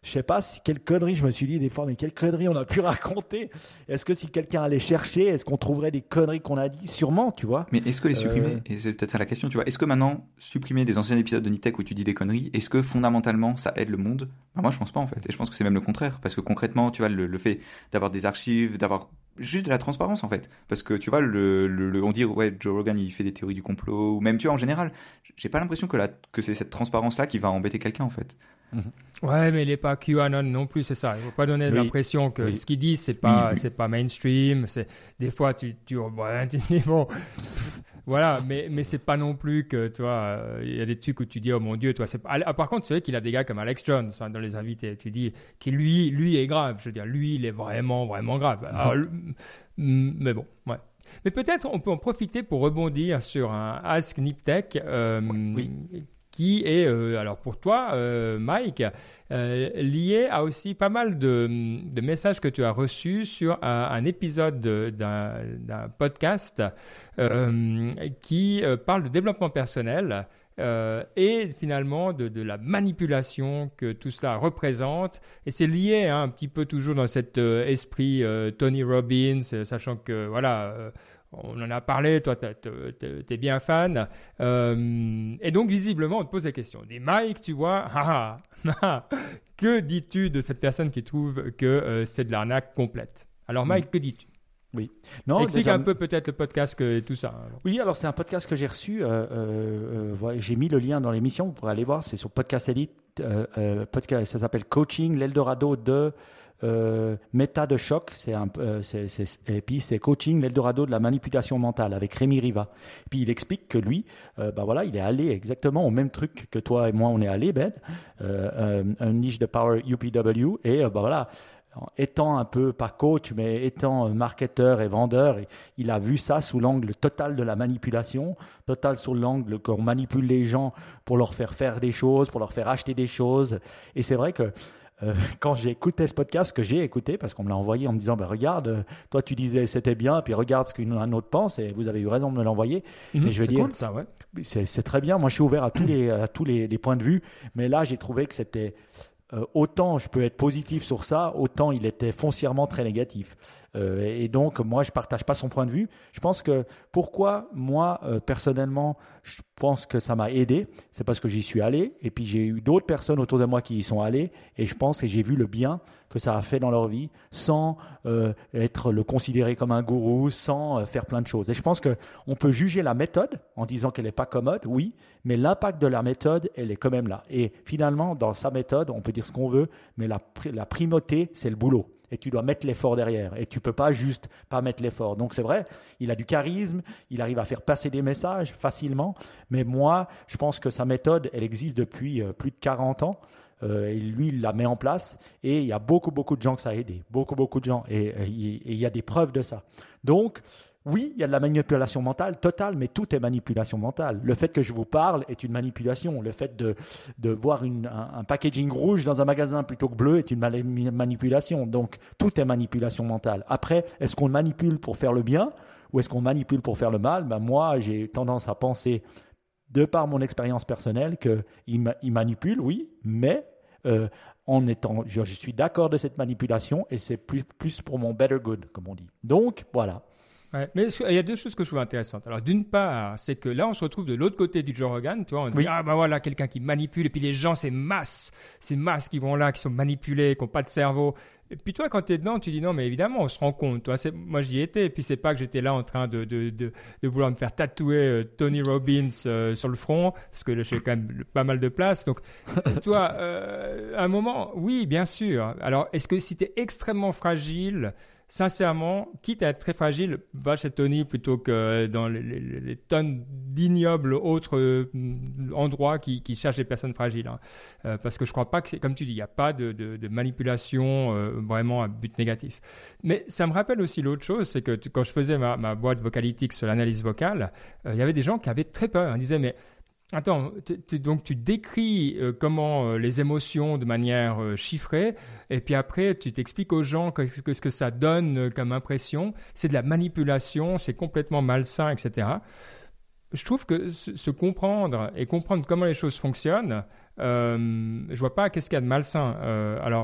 je sais pas si quelle connerie, je me suis dit des fois, mais quelle connerie on a pu raconter. Est-ce que si quelqu'un allait chercher, est-ce qu'on trouverait des conneries qu'on a dit? Sûrement, tu vois. Mais est-ce que les supprimer, Euh, et c'est peut-être ça la question, tu vois, est-ce que maintenant, supprimer des anciens épisodes de Niptech où tu dis des conneries, est-ce que fondamentalement ça aide le monde? Bah, moi je pense pas en fait, et je pense que c'est même le contraire, parce que concrètement, tu vois, le, le fait d'avoir des archives, d'avoir juste de la transparence en fait, parce que tu vois, le, le, le- on dit ouais, Joe Rogan il fait des théories du complot, ou même tu vois, en général, j'ai pas l'impression que, la, que c'est cette transparence-là qui va embêter quelqu'un en fait. Ouais, mais il n'est pas QAnon non plus, c'est ça. Il ne faut pas donner Oui. l'impression que Oui. ce qu'ils disent, c'est pas, Oui, oui. c'est pas mainstream. C'est des fois tu, tu, ouais, tu dis bon, voilà, mais mais c'est pas non plus que toi, euh, il y a des trucs où tu dis oh mon Dieu, toi. C'est pas... Ah, par contre, c'est vrai qu'il a des gars comme Alex Jones hein, dans les invités. Tu dis qui lui, lui est grave. Je veux dire, lui, il est vraiment, vraiment grave. Alors, le- mais bon, ouais. Mais peut-être on peut en profiter pour rebondir sur un Ask Niptech euh, Oui. qui est, euh, alors pour toi, euh, Mike, euh, lié à aussi pas mal de, de messages que tu as reçus sur un, un épisode de- d'un, d'un podcast euh, qui euh, parle de développement personnel. euh, et finalement de, de la manipulation que tout cela représente. Et c'est lié hein, un petit peu toujours dans cet euh, esprit euh, Tony Robbins, euh, sachant que voilà, euh, on en a parlé, toi t'as- t'es t'es bien fan. Euh, et donc visiblement on te pose la question. On dit Mike, tu vois, ah, ah, que dis-tu de cette personne qui trouve que euh, c'est de l'arnaque complète? Alors Mike, que dis-tu? non, Explique déjà- un peu peut-être le podcast que, et tout ça. hein. Oui, alors c'est un podcast que j'ai reçu. Euh, euh, euh, voilà, j'ai mis le lien dans l'émission. Vous pourrez aller voir. C'est sur Podcast Elite. Euh, euh, podcast, ça s'appelle Coaching, l'Eldorado de euh, Méta de choc. C'est un, euh, c'est, c'est, et puis c'est Coaching, l'Eldorado de la manipulation mentale avec Rémi Riva. Puis il explique que lui, euh, bah voilà, il est allé exactement au même truc que toi et moi on est allé, Ben, euh, euh, un niche de Power U P W et euh, bah voilà. Étant un peu, pas coach, mais étant marketeur et vendeur, il a vu ça sous l'angle total de la manipulation, total sous l'angle qu'on manipule les gens pour leur faire faire des choses, pour leur faire acheter des choses. Et c'est vrai que euh, quand j'ai écouté ce podcast, que j'ai écouté, parce qu'on me l'a envoyé en me disant, ben regarde, euh, toi tu disais c'était bien, puis regarde ce qu'un autre pense, et vous avez eu raison de me l'envoyer. Mhm, Mais je veux c'est dire, cool, ça, ouais. c'est, c'est très bien. Moi, je suis ouvert à tous les, à tous les, les points de vue, mais là, j'ai trouvé que c'était euh, autant je peux être positif sur ça, autant il était foncièrement très négatif. Euh, et donc, moi, je partage pas son point de vue. Je pense que pourquoi moi, euh, personnellement, je pense que ça m'a aidé, c'est parce que j'y suis allé, et puis j'ai eu d'autres personnes autour de moi qui y sont allées, et je pense que j'ai vu le bien que ça a fait dans leur vie, sans euh, être le considérer comme un gourou, sans euh, faire plein de choses. Et je pense que on peut juger la méthode en disant qu'elle n'est pas commode, oui, mais l'impact de la méthode, elle est quand même là. Et finalement, dans sa méthode, on peut dire ce qu'on veut, mais la, la primauté, c'est le boulot. Et tu dois mettre l'effort derrière. Et tu peux pas juste pas mettre l'effort. Donc c'est vrai, il a du charisme, il arrive à faire passer des messages facilement. Mais moi, je pense que sa méthode, elle existe depuis euh, plus de quarante ans. Euh, et lui, il la met en place. Et il y a beaucoup, beaucoup de gens que ça a aidé. Beaucoup, beaucoup de gens. Et, et, et il y a des preuves de ça. Donc, oui, il y a de la manipulation mentale totale, mais tout est manipulation mentale. Le fait que je vous parle est une manipulation. Le fait de, de voir une, un, un packaging rouge dans un magasin plutôt que bleu est une mani- manipulation. Donc, tout est manipulation mentale. Après, est-ce qu'on manipule pour faire le bien ou est-ce qu'on manipule pour faire le mal? Ben, moi, j'ai tendance à penser, de par mon expérience personnelle, qu'il ma, il manipule, oui, mais euh, en étant, je, je suis d'accord de cette manipulation et c'est plus, plus pour mon better good, comme on dit. Donc, voilà. Ouais, mais il y a deux choses que je trouve intéressantes. Alors, d'une part, c'est que là, on se retrouve de l'autre côté du Joe Rogan. Tu vois, on dit, Oui. ah ben voilà, quelqu'un qui manipule. Et puis les gens, c'est masse. C'est masse qui vont là, qui sont manipulés, qui n'ont pas de cerveau. Et puis toi, quand tu es dedans, tu dis non, mais évidemment, on se rend compte. Toi, c'est, moi, j'y étais. Et puis c'est pas que j'étais là en train de, de, de, de vouloir me faire tatouer euh, Tony Robbins euh, sur le front, parce que là, j'ai quand même pas mal de place. Donc, toi, euh, à un moment, oui, bien sûr. Alors, est-ce que si tu es extrêmement fragile, sincèrement, quitte à être très fragile, va chez Tony plutôt que dans les, les, les tonnes d'ignobles autres euh, endroits qui, qui cherchent des personnes fragiles. Hein. Euh, parce que je crois pas que, c'est, comme tu dis, il n'y a pas de, de, de manipulation euh, vraiment à but négatif. Mais ça me rappelle aussi l'autre chose, c'est que tu, quand je faisais ma, ma boîte Vocalytics sur l'analyse vocale, euh, il y avait des gens qui avaient très peur. Ils disaient, mais attends, t- t- donc tu décris euh, comment euh, les émotions de manière euh, chiffrée, et puis après tu t'expliques aux gens que, que ce que ça donne euh, comme impression, c'est de la manipulation, c'est complètement malsain, et cetera. je trouve que se, se comprendre et comprendre comment les choses fonctionnent, euh, je vois pas qu'est-ce qu'il y a de malsain. Euh, alors,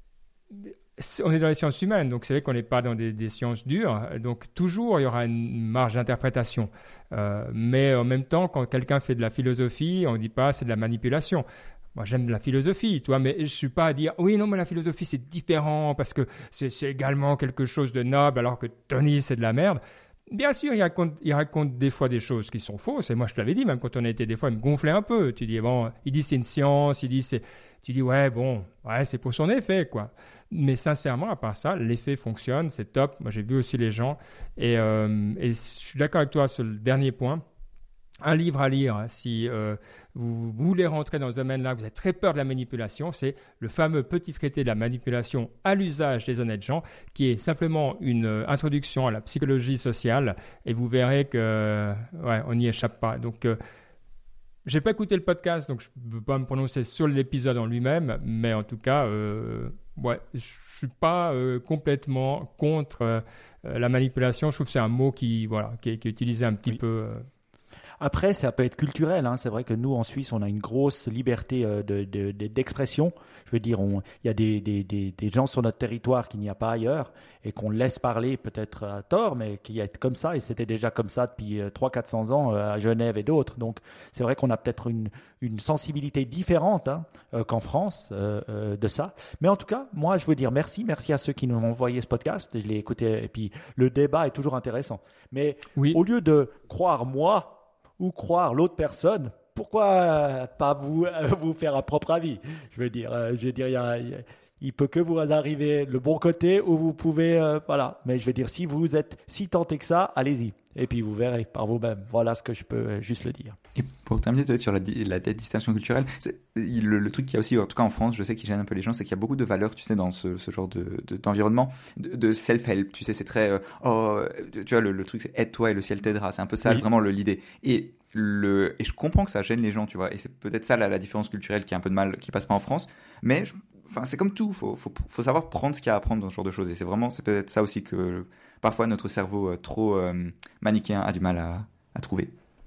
on est dans les sciences humaines, donc c'est vrai qu'on n'est pas dans des, des sciences dures, donc toujours il y aura une marge d'interprétation. Euh, mais en même temps, quand quelqu'un fait de la philosophie, on ne dit pas c'est de la manipulation. Moi, j'aime la philosophie, toi, mais je ne suis pas à dire « Oui, non, mais la philosophie, c'est différent parce que c'est, c'est également quelque chose de noble alors que Tony, c'est de la merde. » Bien sûr, il raconte, il raconte des fois des choses qui sont fausses. Et moi, je te l'avais dit, même quand on a été des fois, il me gonflait un peu. Tu dis, bon, il dit c'est une science, il dit c'est... Tu dis, ouais, bon, ouais, c'est pour son effet, quoi. Mais sincèrement, à part ça, l'effet fonctionne, c'est top. Moi, j'ai vu aussi les gens. Et, euh, et je suis d'accord avec toi sur le dernier point. Un livre à lire, hein, si euh, vous voulez rentrer dans ce domaine-là, vous avez très peur de la manipulation, c'est le fameux petit traité de la manipulation à l'usage des honnêtes gens, qui est simplement une euh, introduction à la psychologie sociale, et vous verrez que, euh, ouais, on n'y échappe pas. Donc, euh, j'ai pas écouté le podcast, donc je ne peux pas me prononcer sur l'épisode en lui-même, mais en tout cas, euh, ouais, je suis pas euh, complètement contre euh, la manipulation. Je trouve que c'est un mot qui, voilà, qui est, qui est utilisé un petit oui. peu. Euh, Après, ça peut être culturel. Hein. C'est vrai que nous, en Suisse, on a une grosse liberté euh, de, de, de, d'expression. Je veux dire, il y a des, des, des, des gens sur notre territoire qu'il n'y a pas ailleurs et qu'on laisse parler peut-être à tort, mais qui est comme ça. Et c'était déjà comme ça depuis euh, trois cents à quatre cents ans euh, à Genève et d'autres. Donc, c'est vrai qu'on a peut-être une, une sensibilité différente hein, euh, qu'en France euh, euh, de ça. Mais en tout cas, moi, je veux dire merci. Merci à ceux qui nous ont envoyé ce podcast. Je l'ai écouté et puis le débat est toujours intéressant. Mais oui. Au lieu de croire moi, ou croire l'autre personne, pourquoi pas vous vous faire un propre avis? Je veux dire, euh, je veux dire, il y a, il y a, il peut que vous arriver le bon côté où vous pouvez, euh, voilà. Mais je veux dire, si vous êtes si tenté que ça, allez-y. Et puis vous verrez par vous-même. Voilà ce que je peux euh, juste le dire. Et pour terminer peut-être sur la, la, la distinction culturelle, c'est, le, le truc qu'il y a aussi, en tout cas en France, je sais qu'il gêne un peu les gens, c'est qu'il y a beaucoup de valeurs, tu sais, dans ce, ce genre de, de, d'environnement, de, de self-help. Tu sais, c'est très, euh, oh, tu vois, le, le truc, c'est aide-toi et le ciel t'aidera. C'est un peu ça, oui. Vraiment le, l'idée. Et le, et je comprends que ça gêne les gens, tu vois. Et c'est peut-être ça la, la différence culturelle qui est un peu de mal, qui passe pas en France. Mais, je, enfin, c'est comme tout. Faut, faut, faut savoir prendre ce qu'il y a à prendre dans ce genre de choses. Et c'est vraiment, c'est peut-être ça aussi que parfois notre cerveau euh, trop euh, manichéen a du mal à, à trouver.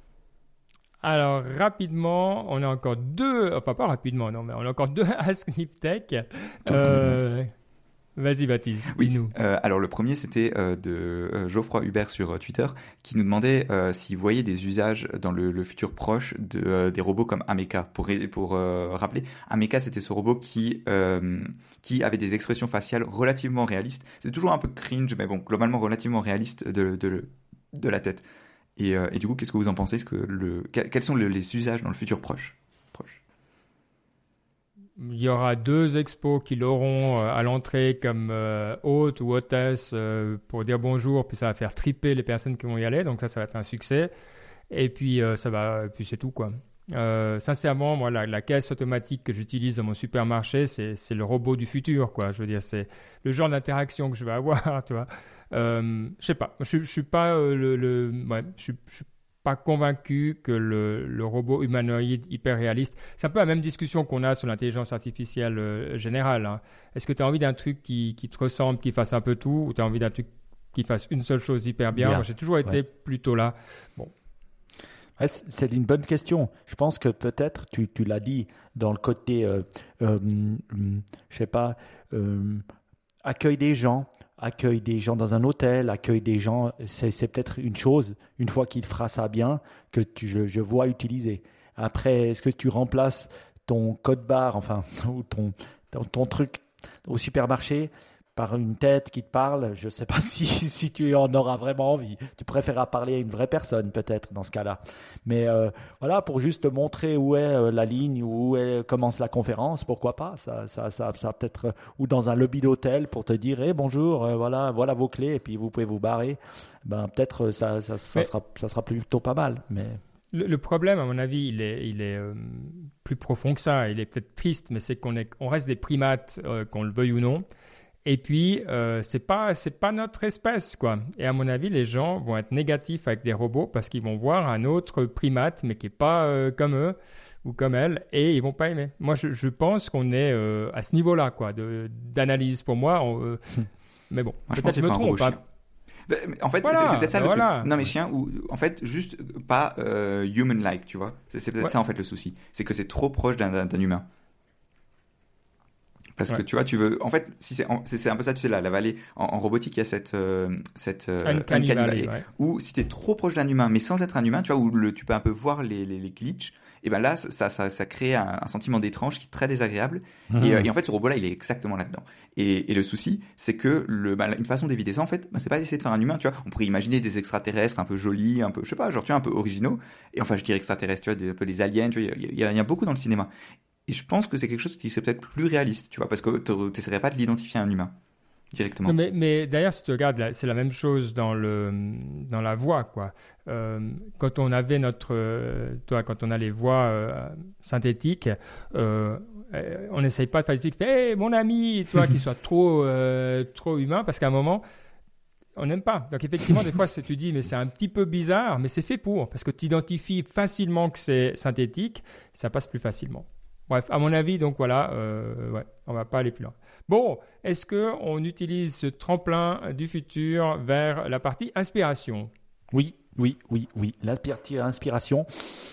Alors, rapidement, on a encore deux, enfin pas rapidement, non, mais on a encore deux Ask Niptech. Euh, vas-y, Baptiste, oui. dis-nous. Euh, alors, le premier, c'était euh, de euh, Geoffroy Hubert sur euh, Twitter, qui nous demandait euh, s'il voyait des usages dans le, le futur proche de, euh, des robots comme Ameca. Pour, pour euh, rappeler, Ameca, c'était ce robot qui, euh, qui avait des expressions faciales relativement réalistes. C'est toujours un peu cringe, mais bon, globalement relativement réaliste de, de, de la tête. Et, euh, et du coup, qu'est-ce que vous en pensez? Est-ce que le, quels sont le, les usages dans le futur proche, proche Il y aura deux expos qui l'auront euh, à l'entrée comme euh, hôte ou hôtesse euh, pour dire bonjour, puis ça va faire triper les personnes qui vont y aller, donc ça, ça va être un succès. Et puis, euh, ça va, puis c'est tout, quoi. Euh, sincèrement, moi, la, la caisse automatique que j'utilise dans mon supermarché, c'est, c'est le robot du futur, quoi. Je veux dire, c'est le genre d'interaction que je vais avoir, tu vois. Euh, je sais pas, je, je suis pas euh, le, le ouais, je, je suis pas convaincu que le, le robot humanoïde hyper réaliste, c'est un peu la même discussion qu'on a sur l'intelligence artificielle euh, générale. Hein. Est-ce que tu as envie d'un truc qui, qui te ressemble, qui fasse un peu tout, ou tu as envie d'un truc qui fasse une seule chose hyper bien, bien. Moi, j'ai toujours été ouais. plutôt là. Bon. Ouais, c'est une bonne question. Je pense que peut-être, tu, tu l'as dit, dans le côté, euh, euh, je sais pas, euh, accueil des gens, accueille des gens dans un hôtel, accueille des gens, c'est, c'est peut-être une chose, une fois qu'il fera ça bien, que tu, je, je vois utiliser. Après, est-ce que tu remplaces ton code barre, enfin, ou ton, ton, ton truc au supermarché par une tête qui te parle? Je ne sais pas si, si tu en auras vraiment envie. Tu préféreras parler à une vraie personne peut-être dans ce cas-là. Mais euh, voilà, pour juste te montrer où est euh, la ligne, où est, commence la conférence, pourquoi pas. Ça, ça, ça, ça peut-être, ou dans un lobby d'hôtel pour te dire hey, bonjour, euh, voilà, voilà vos clés et puis vous pouvez vous barrer. Ben, peut-être ça, ça, ça, sera, ça sera plutôt pas mal. Mais... Le, le problème, à mon avis, il est, il est euh, plus profond que ça. Il est peut-être triste, mais c'est qu'on est, on reste des primates, euh, qu'on le veuille ou non. Et puis, euh, c'est pas, c'est pas notre espèce, quoi. Et à mon avis, les gens vont être négatifs avec des robots parce qu'ils vont voir un autre primate, mais qui est pas euh, comme eux ou comme elles, et ils vont pas aimer. Moi, je, je pense qu'on est euh, à ce niveau-là, quoi, de, d'analyse pour moi. On, euh, mais bon, moi, peut-être que je me trompe. Hein. Bah, en fait, voilà, c'est, c'est peut-être ça bah le voilà. truc. Non, mais chien, ou en fait, juste pas euh, human-like, tu vois. C'est, c'est peut-être Ouais. ça en fait le souci. C'est que c'est trop proche d'un, d'un, d'un humain. Parce Ouais. que tu vois, tu veux. En fait, si c'est, en- c'est, c'est un peu ça, tu sais, là, la vallée. En, en robotique, il y a cette. Euh, cette euh, Uncanny Uncanny Valley, Valley, ouais. où si t'es trop proche d'un humain, mais sans être un humain, tu vois, où le, tu peux un peu voir les, les, les glitches, et ben là, ça, ça, ça crée un, un sentiment d'étrange qui est très désagréable. Mmh. Et, euh, et en fait, ce robot-là, il est exactement là-dedans. Et, et le souci, c'est que le, bah, une façon d'éviter ça, en fait, bah, c'est pas d'essayer de faire un humain, tu vois. On pourrait imaginer des extraterrestres un peu jolis, un peu, je sais pas, genre, tu vois, un peu originaux. Et enfin, je dirais extraterrestres, tu vois, des, un peu les aliens, tu vois, il y, a- il y a- il y a beaucoup dans le cinéma. Et je pense que c'est quelque chose qui serait peut-être plus réaliste, tu vois, parce que tu n'essaierais pas de l'identifier à un humain directement. Non, mais, mais d'ailleurs, si tu regardes, là, c'est la même chose dans, le, dans la voix, quoi. Euh, quand on avait notre, euh, toi, quand on a les voix euh, synthétiques, euh, euh, on n'essaye pas de faire des trucs, hé, mon ami, toi, qui soit trop, euh, trop humain, parce qu'à un moment, on n'aime pas. Donc effectivement, des fois, c'est, tu dis, mais c'est un petit peu bizarre, mais c'est fait pour, parce que tu identifies facilement que c'est synthétique, ça passe plus facilement. Bref, à mon avis, donc voilà, euh, ouais, on va pas aller plus loin. Bon, est-ce que on utilise ce tremplin du futur vers la partie inspiration? Oui, oui, oui, oui. La partie inspiration.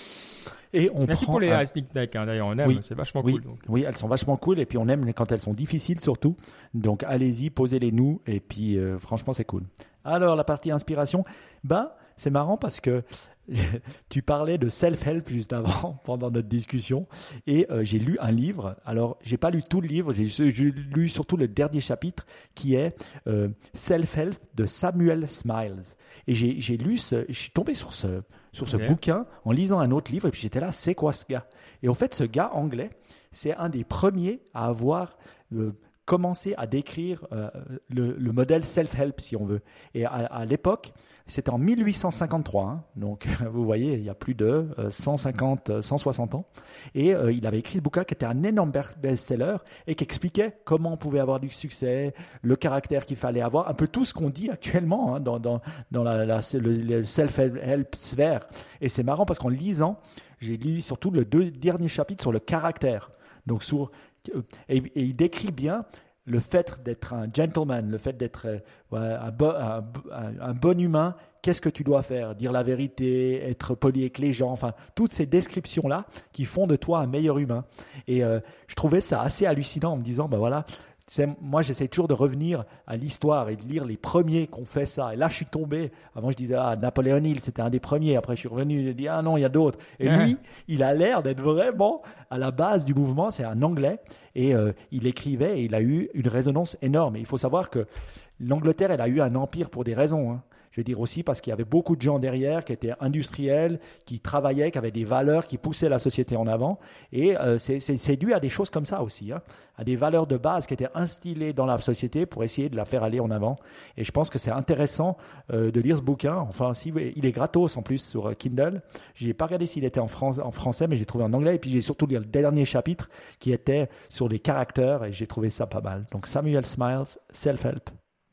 Et on Merci prend pour les un- sneak peek, hein, d'ailleurs, on aime, Oui, c'est vachement oui, cool. Donc. oui, elles sont vachement cool et puis on aime quand elles sont difficiles surtout. Donc allez-y, posez-les nous et puis euh, franchement c'est cool. Alors la partie inspiration, ben c'est marrant parce que tu parlais de self-help juste avant pendant notre discussion et euh, j'ai lu un livre. Alors j'ai pas lu tout le livre, j'ai, j'ai lu surtout le dernier chapitre qui est euh, Self-help de Samuel Smiles. Et j'ai, j'ai lu, ce, je suis tombé sur ce sur ce Ok. bouquin en lisant un autre livre et puis j'étais là, c'est quoi ce gars? Et en fait, ce gars anglais, c'est un des premiers à avoir euh, commencé à décrire euh, le, le modèle self-help, si on veut. Et à, à l'époque, c'était en mille huit cent cinquante-trois, hein, donc vous voyez, il y a plus de euh, cent cinquante, cent soixante ans. Et euh, il avait écrit le bouquin qui était un énorme best-seller et qui expliquait comment on pouvait avoir du succès, le caractère qu'il fallait avoir, un peu tout ce qu'on dit actuellement hein, dans, dans, dans la, la, le, le self-help sphère. Et c'est marrant parce qu'en lisant, j'ai lu surtout le deux derniers chapitres sur le caractère. Donc sur, et, et il décrit bien le fait d'être un gentleman, le fait d'être euh, ouais, un, bo- un, un bon humain, qu'est-ce que tu dois faire? Dire la vérité, être poli avec les gens, enfin, toutes ces descriptions-là qui font de toi un meilleur humain. Et euh, je trouvais ça assez hallucinant en me disant, ben voilà, tu sais, moi j'essaie toujours de revenir à l'histoire et de lire les premiers qui ont fait ça. Et là je suis tombé, avant je disais, ah, Napoléon Hill c'était un des premiers, après je suis revenu, j'ai dit, ah non, il y a d'autres. Et lui, il a l'air d'être vraiment à la base du mouvement, c'est un Anglais. Et euh, il écrivait et il a eu une résonance énorme. Et il faut savoir que l'Angleterre, elle a eu un empire pour des raisons. Hein. Je veux dire aussi parce qu'il y avait beaucoup de gens derrière qui étaient industriels, qui travaillaient, qui avaient des valeurs, qui poussaient la société en avant. Et euh, c'est, c'est, c'est dû à des choses comme ça aussi, hein, à des valeurs de base qui étaient instillées dans la société pour essayer de la faire aller en avant. Et je pense que c'est intéressant euh, de lire ce bouquin. Enfin, si, il est gratos en plus sur Kindle. Je n'ai pas regardé s'il était en, France, en français, mais j'ai trouvé en anglais. Et puis j'ai surtout lu le dernier chapitre qui était sur les caractères et j'ai trouvé ça pas mal. Donc Samuel Smiles, Self-Help.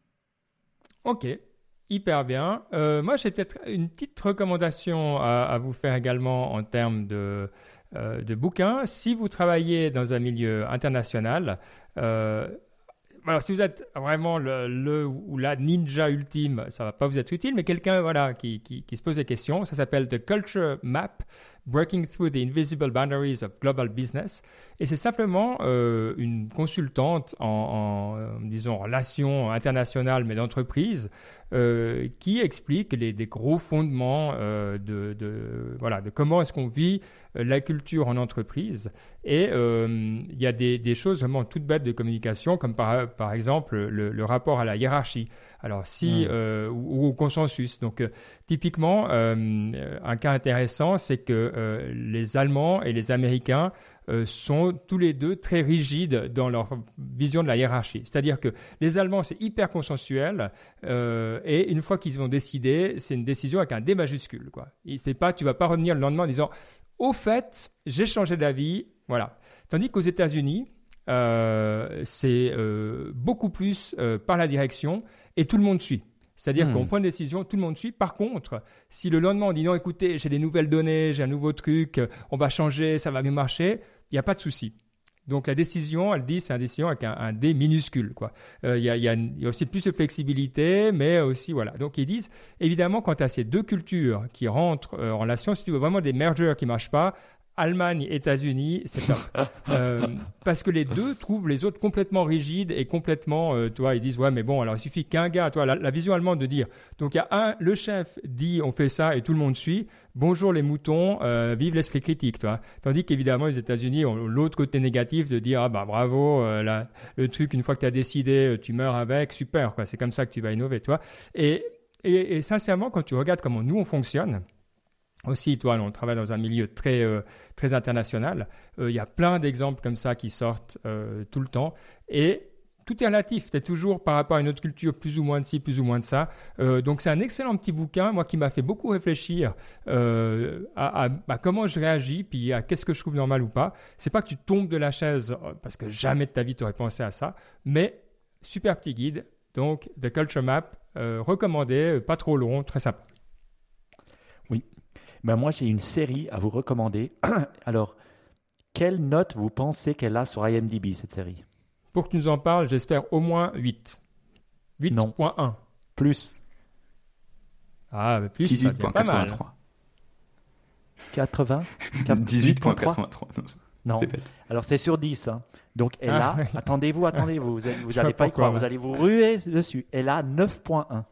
Ok, hyper bien. Euh, moi, j'ai peut-être une petite recommandation à, à vous faire également en termes de, euh, de bouquins. Si vous travaillez dans un milieu international, euh, alors si vous êtes vraiment le, le ou la ninja ultime, ça va pas vous être utile, mais quelqu'un voilà, qui, qui, qui se pose des questions, ça s'appelle The Culture Map, Breaking Through the Invisible Boundaries of Global Business. Et c'est simplement euh, une consultante en, en euh, disons, relations internationales, mais d'entreprise, euh, qui explique les, des gros fondements euh, de, de, voilà, de comment est-ce qu'on vit euh, la culture en entreprise. Et euh, il y a des, des choses vraiment toutes bêtes de communication, comme par, par exemple le, le rapport à la hiérarchie. Alors, si, mmh. euh, ou, ou au consensus. Donc, euh, typiquement, euh, un cas intéressant, c'est que euh, les Allemands et les Américains euh, sont tous les deux très rigides dans leur vision de la hiérarchie. C'est-à-dire que les Allemands, c'est hyper consensuel, euh, et une fois qu'ils ont décidé, c'est une décision avec un D majuscule, quoi. Et c'est pas, tu vas pas revenir le lendemain en disant, au fait, j'ai changé d'avis, voilà. Tandis qu'aux États-Unis, euh, c'est euh, beaucoup plus euh, par la direction et tout le monde suit. C'est-à-dire mmh. qu'on prend une décision, tout le monde suit. Par contre, si le lendemain on dit non, écoutez, j'ai des nouvelles données, j'ai un nouveau truc, on va changer, ça va mieux marcher, il n'y a pas de souci. Donc la décision, elle dit, c'est une décision avec un, un D minuscule, quoi. Euh, Il y, a, y, a, y a aussi plus de flexibilité, mais aussi, voilà. Donc ils disent, évidemment, quand tu as ces deux cultures qui rentrent euh, en relation, si tu veux vraiment des mergers qui ne marchent pas, Allemagne, États-Unis, c'est top. euh, parce que les deux trouvent les autres complètement rigides et complètement, euh, toi, ils disent, ouais, mais bon, alors il suffit qu'un gars, toi, la, la vision allemande de dire, donc il y a un, le chef dit, on fait ça et tout le monde suit. Bonjour les moutons, euh, vive l'esprit critique, toi. Tandis qu'évidemment, les États-Unis ont l'autre côté négatif de dire, ah bah bravo, euh, la, le truc, une fois que tu as décidé, tu meurs avec, super, quoi. C'est comme ça que tu vas innover, toi. Et, et, et sincèrement, quand tu regardes comment nous, on fonctionne, aussi, toi, on travaille dans un milieu très, euh, très international. Il euh, y a plein d'exemples comme ça qui sortent euh, tout le temps. Et tout est relatif. Tu es toujours par rapport à une autre culture, plus ou moins de ci, plus ou moins de ça. Euh, donc, c'est un excellent petit bouquin, moi, qui m'a fait beaucoup réfléchir euh, à, à, à comment je réagis, puis à qu'est-ce que je trouve normal ou pas. C'est pas que tu tombes de la chaise, parce que jamais de ta vie, tu aurais pensé à ça. Mais, super petit guide. Donc, The Culture Map, euh, recommandé, pas trop long, très sympa. Oui. Ben moi, j'ai une série à vous recommander. Alors, quelle note vous pensez qu'elle a sur I M D B, cette série? Pour que tu nous en parles, j'espère au moins huit. huit virgule un. Plus. Ah, mais plus, dix-huit virgule quatre-vingt-trois. quatre-vingts dix-huit virgule quatre-vingt-trois. Non. C'est bête. Alors, c'est sur dix. Hein. Donc, elle ah, a... oui. Attendez-vous, attendez-vous. Vous n'allez Je pas y croire. là. Vous allez vous ruer dessus. Elle a neuf virgule un.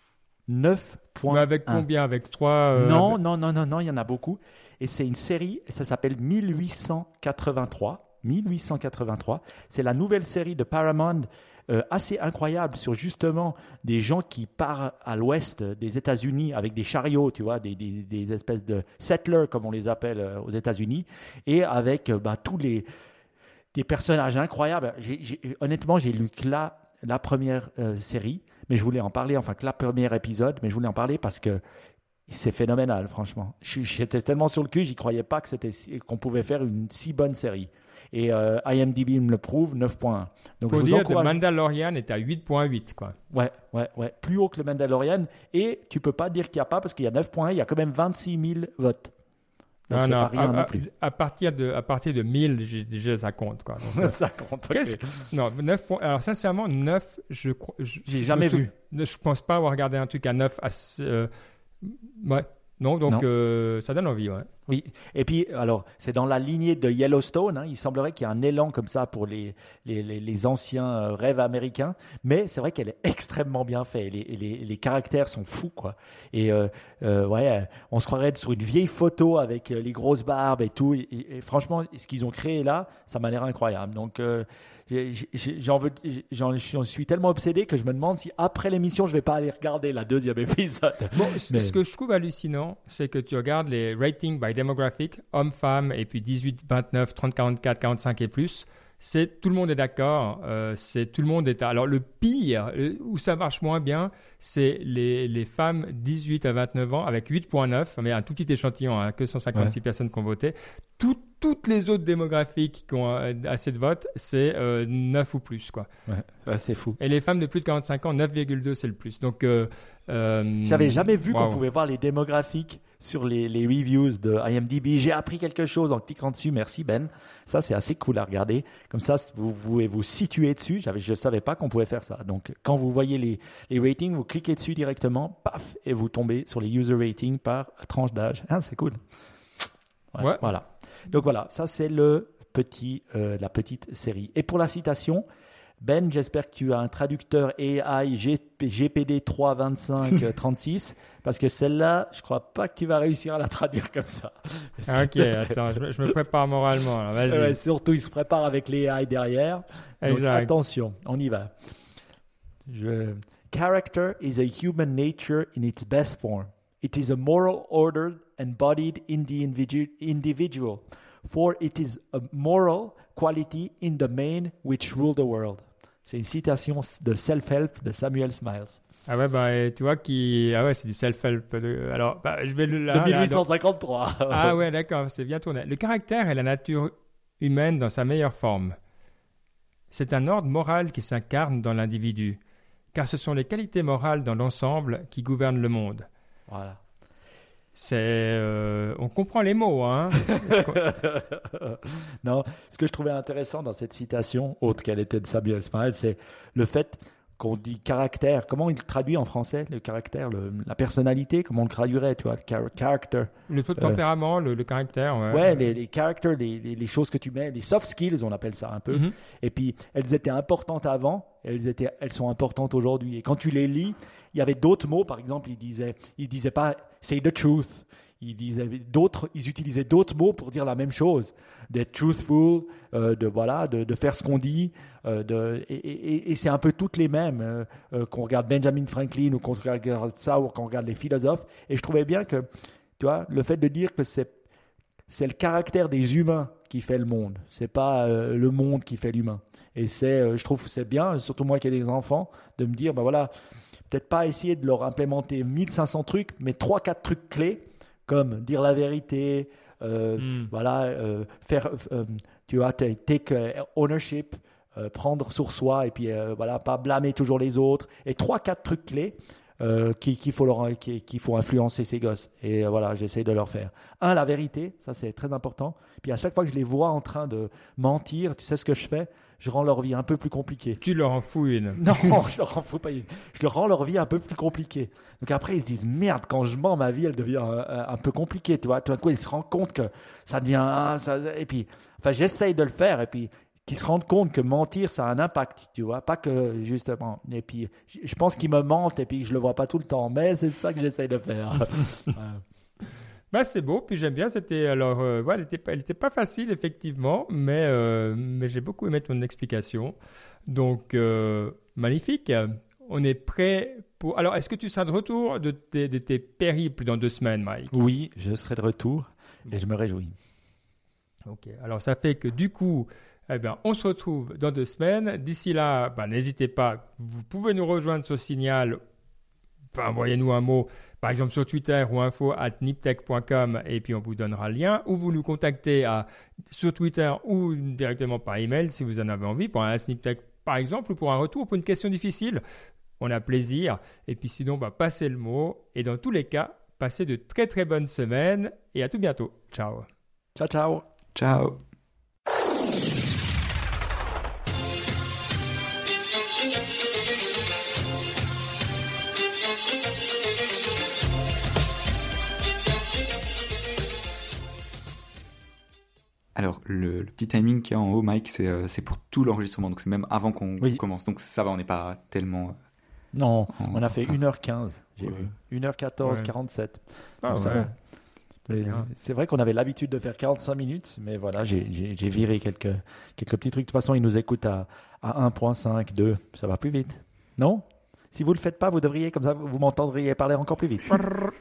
neuf virgule un. Mais avec combien? Avec trois euh... Non, non, non, non, non, il y en a beaucoup. Et c'est une série, ça s'appelle mille huit cent quatre-vingt-trois. mille huit cent quatre-vingt-trois. C'est la nouvelle série de Paramount, euh, assez incroyable, sur justement des gens qui partent à l'ouest des États-Unis avec des chariots, tu vois, des, des, des espèces de settlers, comme on les appelle euh, aux États-Unis, et avec euh, bah, tous les des personnages incroyables. J'ai, j'ai, honnêtement, j'ai lu que la, la première euh, série, mais je voulais en parler, enfin que la première épisode, mais je voulais en parler parce que c'est phénoménal, franchement. J'étais tellement sur le cul, j'y croyais pas que c'était, qu'on pouvait faire une si bonne série. Et euh, I M D B me le prouve, neuf virgule un. Donc Pour je vous dire, encourage. The Mandalorian est à huit virgule huit, quoi. Ouais, ouais, ouais. Plus haut que le Mandalorian. Et tu peux pas dire qu'il n'y a pas, parce qu'il y a neuf virgule un, il y a quand même vingt-six mille votes. Donc non, c'est non, pas rien à, non plus. À, à, partir de, à partir de mille, j'ai, déjà, ça compte, quoi. Donc, ça compte. Qu'est-ce Okay. que... Non, neuf. Alors, sincèrement, neuf, je crois. Je, J'ai jamais je, vu. Je pense pas avoir regardé un truc à neuf. À, euh, ouais. Non, donc non. Euh, ça donne envie, ouais. Oui, et puis, alors, c'est dans la lignée de Yellowstone. Hein, il semblerait qu'il y ait un élan comme ça pour les, les, les, les anciens rêves américains. Mais c'est vrai qu'elle est extrêmement bien faite. Les, les, les caractères sont fous, quoi. Et euh, euh, ouais, on se croirait sur une vieille photo avec les grosses barbes et tout. Et, et, et franchement, ce qu'ils ont créé là, ça m'a l'air incroyable. Donc, euh, j'ai, j'ai, j'en, veux, j'en, j'en suis tellement obsédé que je me demande si après l'émission, je vais pas aller regarder la deuxième épisode. Bon, Mais... ce que je trouve hallucinant, c'est que tu regardes les ratings by demographic, hommes, femmes, et puis dix-huit, vingt-neuf, trente, quarante-quatre, quarante-cinq et plus. C'est, tout le monde est d'accord. Euh, c'est, tout le monde est... Alors, le pire, où ça marche moins bien, c'est les, les femmes dix-huit à vingt-neuf ans avec huit virgule neuf, mais un tout petit échantillon, hein, que cent cinquante-six ouais. personnes qui ont voté. Tout, toutes les autres démographiques qui ont assez de votes, c'est euh, neuf ou plus, quoi. Ouais, ouais, c'est fou. Et les femmes de plus de quarante-cinq ans, neuf virgule deux, c'est le plus. Donc... Euh, Euh, J'avais jamais vu wow. qu'on pouvait voir les démographiques sur les, les reviews de I M D B. J'ai appris quelque chose en cliquant dessus. Merci Ben. Ça, c'est assez cool à regarder. Comme ça, vous pouvez vous situer dessus. J'avais, je ne savais pas qu'on pouvait faire ça. Donc, quand vous voyez les, les ratings, vous cliquez dessus directement, paf, et vous tombez sur les user ratings par tranche d'âge. Ah, c'est cool. Ouais, ouais. Voilà. Donc voilà, ça c'est le petit, euh, la petite série. Et pour la citation, Ben, j'espère que tu as un traducteur A I G P D trois vingt-cinq trente-six parce que celle-là, je crois pas que tu vas réussir à la traduire comme ça. Ok, attends, je me, je me prépare moralement. Alors, vas-y. Ouais, surtout, il se prépare avec les A I derrière. Donc exact. Attention, on y va. Je... Character is a human nature in its best form. It is a moral order embodied in the individual, for it is a moral quality in the main which rule the world. C'est une citation de Self-Help de Samuel Smiles. Ah ouais, bah, tu vois, qui... ah ouais, c'est du self-help. De... Alors, bah, je vais le... Là, de mille huit cent cinquante-trois. Là, donc... Ah ouais, d'accord, c'est bien tourné. Le caractère est la nature humaine dans sa meilleure forme. C'est un ordre moral qui s'incarne dans l'individu, car ce sont les qualités morales dans l'ensemble qui gouvernent le monde. Voilà. C'est, euh, on comprend les mots, hein. Non, ce que je trouvais intéressant dans cette citation, autre qu'elle était de Samuel Smail, c'est le fait qu'on dit caractère. Comment il traduit en français le caractère, le, la personnalité? Comment on le traduirait, tu vois, le char- character? Le taux de tempérament, euh, le, le caractère. Ouais, ouais les, les characters, les, les, les choses que tu mets, les soft skills, on appelle ça un peu. Mm-hmm. Et puis, elles étaient importantes avant, elles, étaient, elles sont importantes aujourd'hui. Et quand tu les lis, il y avait d'autres mots, par exemple, ils disaient, ils disaient pas « say the truth ». Ils, disaient d'autres, ils utilisaient d'autres mots pour dire la même chose, d'être truthful, euh, de, voilà, de, de faire ce qu'on dit, euh, de, et, et, et c'est un peu toutes les mêmes, euh, euh, qu'on regarde Benjamin Franklin ou qu'on regarde ça ou qu'on regarde les philosophes. Et je trouvais bien que, tu vois, le fait de dire que c'est, c'est le caractère des humains qui fait le monde, c'est pas euh, le monde qui fait l'humain. Et c'est, euh, je trouve que c'est bien, surtout moi qui ai des enfants, de me dire, ben voilà, peut-être pas essayer de leur implémenter mille cinq cents trucs, mais trois quatre trucs clés, comme dire la vérité, euh, mm. voilà, euh, faire, euh, tu vois, take ownership, euh, prendre sur soi et puis euh, voilà, pas blâmer toujours les autres. Et trois, quatre trucs clés euh, qu'il, qu'il faut leur, qu'il, qu'il faut influencer ces gosses. Et euh, voilà, j'essaie de leur faire. Un, la vérité, ça c'est très important. Puis à chaque fois que je les vois en train de mentir, tu sais ce que je fais? Je rends leur vie un peu plus compliquée. Tu leur en fous une. Non, je leur en fous pas une. Je leur rends leur vie un peu plus compliquée. Donc après, ils se disent, merde, quand je mens, ma vie, elle devient un, un peu compliquée, tu vois. Tout d'un coup, ils se rendent compte que ça devient... Ah, ça, et puis, enfin, j'essaye de le faire, et puis, qu'ils se rendent compte que mentir, ça a un impact, tu vois. Pas que, justement... Et puis, je pense qu'ils me mentent, et puis je le vois pas tout le temps. Mais c'est ça que j'essaye de faire. Ouais. Bah, c'est beau, puis j'aime bien. C'était alors, euh, ouais, elle était pas, elle était pas facile effectivement, mais euh, mais j'ai beaucoup aimé ton explication. Donc euh, magnifique. On est prêt pour. Alors, est-ce que tu seras de retour de tes, de tes périples dans deux semaines, Mike? Oui, je serai de retour et je me réjouis. Ok. Alors, ça fait que du coup, eh bien, on se retrouve dans deux semaines. D'ici là, bah, n'hésitez pas. Vous pouvez nous rejoindre sur Signal. Enfin, envoyez-nous un mot, par exemple sur Twitter ou info at niptech point com et puis on vous donnera le lien. Ou vous nous contactez à, sur Twitter ou directement par email si vous en avez envie pour un Niptech par exemple ou pour un retour pour une question difficile. On a plaisir. Et puis sinon, bah, passez le mot. Et dans tous les cas, passez de très très bonnes semaines et à tout bientôt. Ciao. Ciao, ciao. Ciao. Alors, le, le petit timing qu'il y a en haut, Mike, c'est, euh, c'est pour tout l'enregistrement. Donc, c'est même avant qu'on oui. commence. Donc, ça va, on n'est pas tellement... Non, en, on a fait une heure quinze, j'ai ouais. vu. une heure quatorze, ouais. quarante-sept. Ah, ouais. ça, c'est, c'est vrai qu'on avait l'habitude de faire quarante-cinq minutes, mais voilà, j'ai, j'ai, j'ai viré quelques, quelques petits trucs. De toute façon, ils nous écoutent à, à un virgule cinq, deux. Ça va plus vite. Non ? Si vous ne le faites pas, vous devriez, comme ça, vous m'entendriez parler encore plus vite.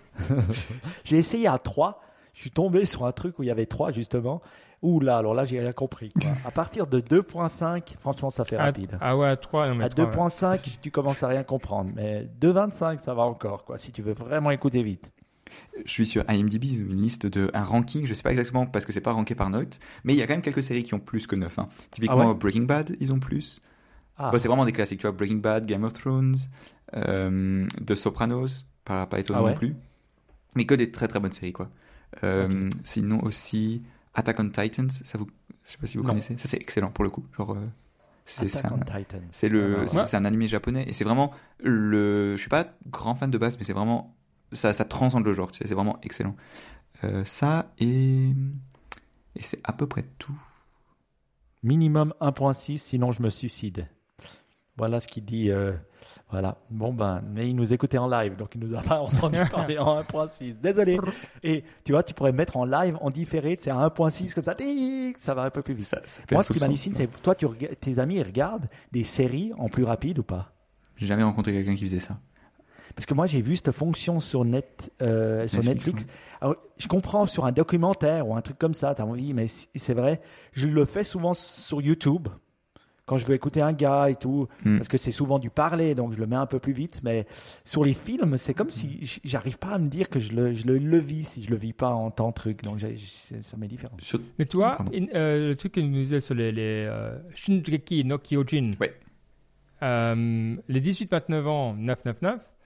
J'ai essayé à trois. Je suis tombé sur un truc où il y avait trois, justement. Ouh là, alors là, j'ai rien compris. Quoi. À partir de deux virgule cinq, franchement, ça fait à, rapide. Ah ouais, à trois. Non, mais à deux virgule cinq, ouais. Tu commences à rien comprendre. Mais deux virgule vingt-cinq, ça va encore, quoi, si tu veux vraiment écouter vite. Je suis sur I M D B, ils ont une liste de un ranking, je sais pas exactement parce que c'est pas ranké par note, mais il y a quand même quelques séries qui ont plus que neuf. Hein. Typiquement, ah ouais Breaking Bad, ils ont plus. Ah. Bon, c'est vraiment des classiques, tu vois, Breaking Bad, Game of Thrones, euh, The Sopranos, pas, pas étonnant ah ouais non plus. Mais que des très très bonnes séries, quoi. Euh, okay. Sinon aussi Attack on Titans, ça vous, je sais pas si vous non. connaissez. Ça c'est excellent pour le coup. Genre, euh, c'est Attack c'est un, on Titans. C'est le, ah, c'est, ouais. c'est un animé japonais et c'est vraiment le. Je suis pas grand fan de base, mais c'est vraiment ça, ça transcende le genre. Tu sais, c'est vraiment excellent. Euh, ça et et c'est à peu près tout. Minimum un virgule six, sinon je me suicide. Voilà ce qu'il dit. Euh... Voilà. Bon ben, mais il nous écoutait en live, donc il nous a pas entendu parler en un virgule six. Désolé. Et tu vois, tu pourrais mettre en live, en différé, c'est à un virgule six comme ça, ça va un peu plus vite. Ça, ça Moi, ce qui m'hallucine, c'est toi, tu reg... tes amis, ils regardent des séries en plus rapide ou pas? J'ai jamais rencontré quelqu'un qui faisait ça. Parce que moi, j'ai vu cette fonction sur net, euh, sur Netflix. Netflix. Ouais. Alors, je comprends sur un documentaire ou un truc comme ça, t'as envie, mais c'est vrai, je le fais souvent sur YouTube. Quand je veux écouter un gars et tout, mm. parce que c'est souvent du parler, donc je le mets un peu plus vite. Mais sur les films, c'est comme si j'arrive pas à me dire que je le, je le, le vis si je le vis pas en tant que truc. Donc ça m'est différent. Mais toi, in, euh, le truc que nous disait sur les, les euh, Shinjeki no Kyojin, ouais. euh, les dix-huit vingt-neuf ans, neuf cent quatre-vingt-dix-neuf,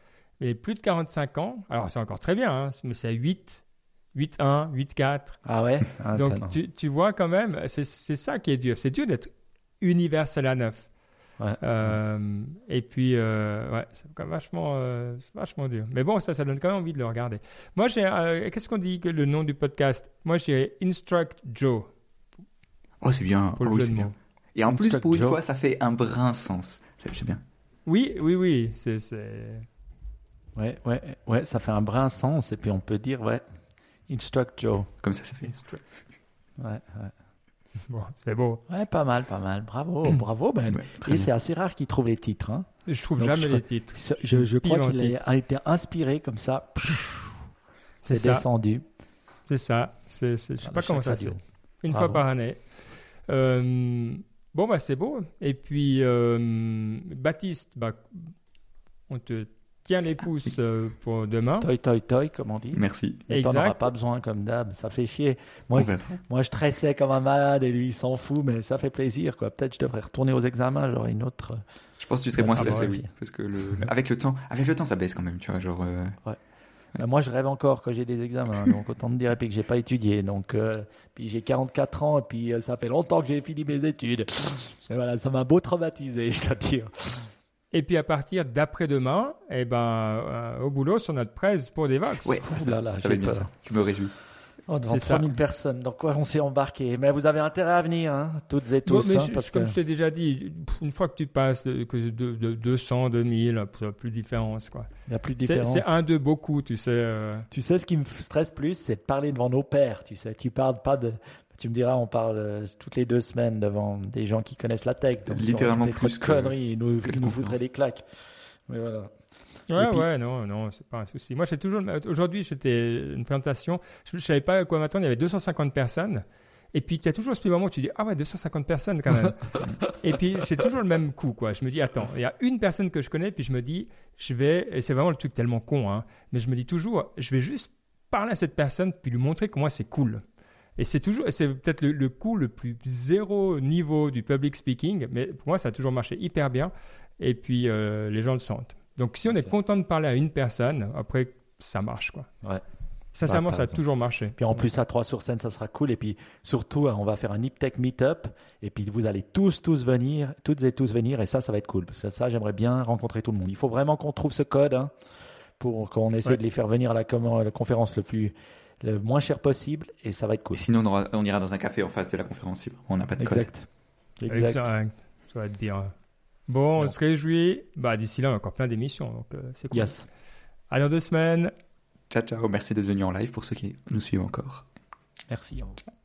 et plus de quarante-cinq ans. Alors, c'est encore très bien, hein, mais c'est à huit, huit un, huit quatre. Ah ouais ah, Donc, tu, tu vois quand même, c'est, c'est ça qui est dur. C'est dur d'être universel à neuf. Ouais. Euh, et puis, euh, ouais, c'est quand même vachement, euh, c'est vachement dur. Mais bon, ça, ça donne quand même envie de le regarder. Moi, j'ai, euh, qu'est-ce qu'on dit que le nom du podcast? Moi, j'ai Instruct Joe. Oh, c'est bien. Pour le oh, jeu c'est de bien. mots. Et en plus, Instruct pour une Joe. fois, ça fait un brin sens. C'est c'est bien. Oui, oui, oui. C'est, c'est... Ouais, ouais, ouais, ça fait un brin sens et puis on peut dire, ouais, Instruct Joe. Comme ça, ça fait. Instruct. Ouais, ouais. Bon, c'est beau. Ouais, pas mal, pas mal. Bravo, bravo, Ben. Ouais, très Et bien. c'est assez rare qu'il trouve les titres. Hein. Je trouve Donc, jamais je les crois- titres. Je, je, je crois Pile en qu'il titre. est- a été inspiré comme ça. Pff, C'est c'est ça. descendu. C'est ça. C'est, c'est, je sais Ah, pas le comment Chaque ça se Radio. fait. Une Bravo. fois par année. Euh, bon, bah, c'est beau. Et puis, euh, Baptiste, bah, on te tient les pouces euh, pour demain. Toi, toi, toi, comme on dit. Merci. Mais t'en Exact. auras pas besoin comme d'hab. Ça fait chier. Moi, On verra. moi, je tressais comme un malade et lui, il s'en fout, mais ça fait plaisir, quoi. Peut-être je devrais retourner aux examens. J'aurais une autre. Je pense que tu serais Ah, moins ça va, stressé, ouais. oui. Parce que le, le- avec le temps, avec le temps, ça baisse quand même, tu vois, genre. euh, Euh, Moi, je rêve encore quand j'ai des examens, donc autant te dire, et puis que j'ai pas étudié. Donc, euh, puis j'ai quarante-quatre ans, et puis euh, ça fait longtemps que j'ai fini mes études. Et voilà, ça m'a beau traumatiser, je dois dire. Et puis, à partir d'après-demain, eh ben, euh, au boulot, sur notre presse pour des Vox. Ouais, Ouh ça, là là, ça j'ai va être bien peur. ça. Tu me réjouis. Oh, devant C'est ça. trois mille personnes, donc quoi, on s'est embarqué. Mais vous avez intérêt à venir, hein, toutes et Bon, tous, mais hein, je- parce comme que je t'ai déjà dit, une fois que tu passes de, que de, de deux cents, deux mille, ça n'a plus de différence. Quoi. il n'y a plus de C'est, différence. c'est un de beaucoup, tu sais. euh. Tu sais, ce qui me stresse plus, c'est de parler devant nos pairs. Tu sais, tu parles pas de. Tu me diras, on parle euh, toutes les deux semaines devant des gens qui connaissent la tech. Donc, Littéralement si on plus des que- conneries, ils nous, que les ils nous conférences. foutraient des claques. Mais voilà. Ouais, Et puis- ouais, non, non, c'est pas un souci. Moi, j'ai toujours. Aujourd'hui, j'étais une présentation. Je, je savais pas à quoi m'attendre. Il y avait deux cent cinquante personnes. Et puis, tu as toujours ce petit moment où tu dis, ah ouais, deux cent cinquante personnes quand même. Et puis, c'est toujours le même coup, quoi. Je me dis, attends, il y a une personne que je connais, puis je me dis, je vais, et c'est vraiment le truc tellement con, hein, mais je me dis toujours, je vais juste parler à cette personne, puis lui montrer comment c'est cool. Et c'est toujours, c'est peut-être le, le coup le plus zéro niveau du public speaking, mais pour moi, ça a toujours marché hyper bien. Et puis, euh, les gens le sentent. Donc, si on est Ok. content de parler à une personne, après, ça marche, quoi. Ouais. Sincèrement, Ouais, t'as ça a raison. toujours marché. Puis en plus, à trois sur scène, ça sera cool. Et puis surtout, hein, on va faire un Niptech Meetup. Et puis vous allez tous, tous venir, toutes et tous venir. Et ça, ça va être cool. Parce que ça, j'aimerais bien rencontrer tout le monde. Il faut vraiment qu'on trouve ce code hein, pour qu'on essaie Ouais. de les faire venir à la, com- à la conférence le plus, le moins cher possible. Et ça va être cool. Et sinon, on, aura- on ira dans un café en face de la conférence si vraiment on n'a pas de code. Exact. Exact. Exact. Ça va être bien. Bon, on Bon. se réjouit. Bah, d'ici là, on a encore plein d'émissions. Donc, euh, c'est cool. Yes. À dans deux semaines. Ciao, ciao. Merci d'être venu en live pour ceux qui nous suivent encore. Merci. Au revoir.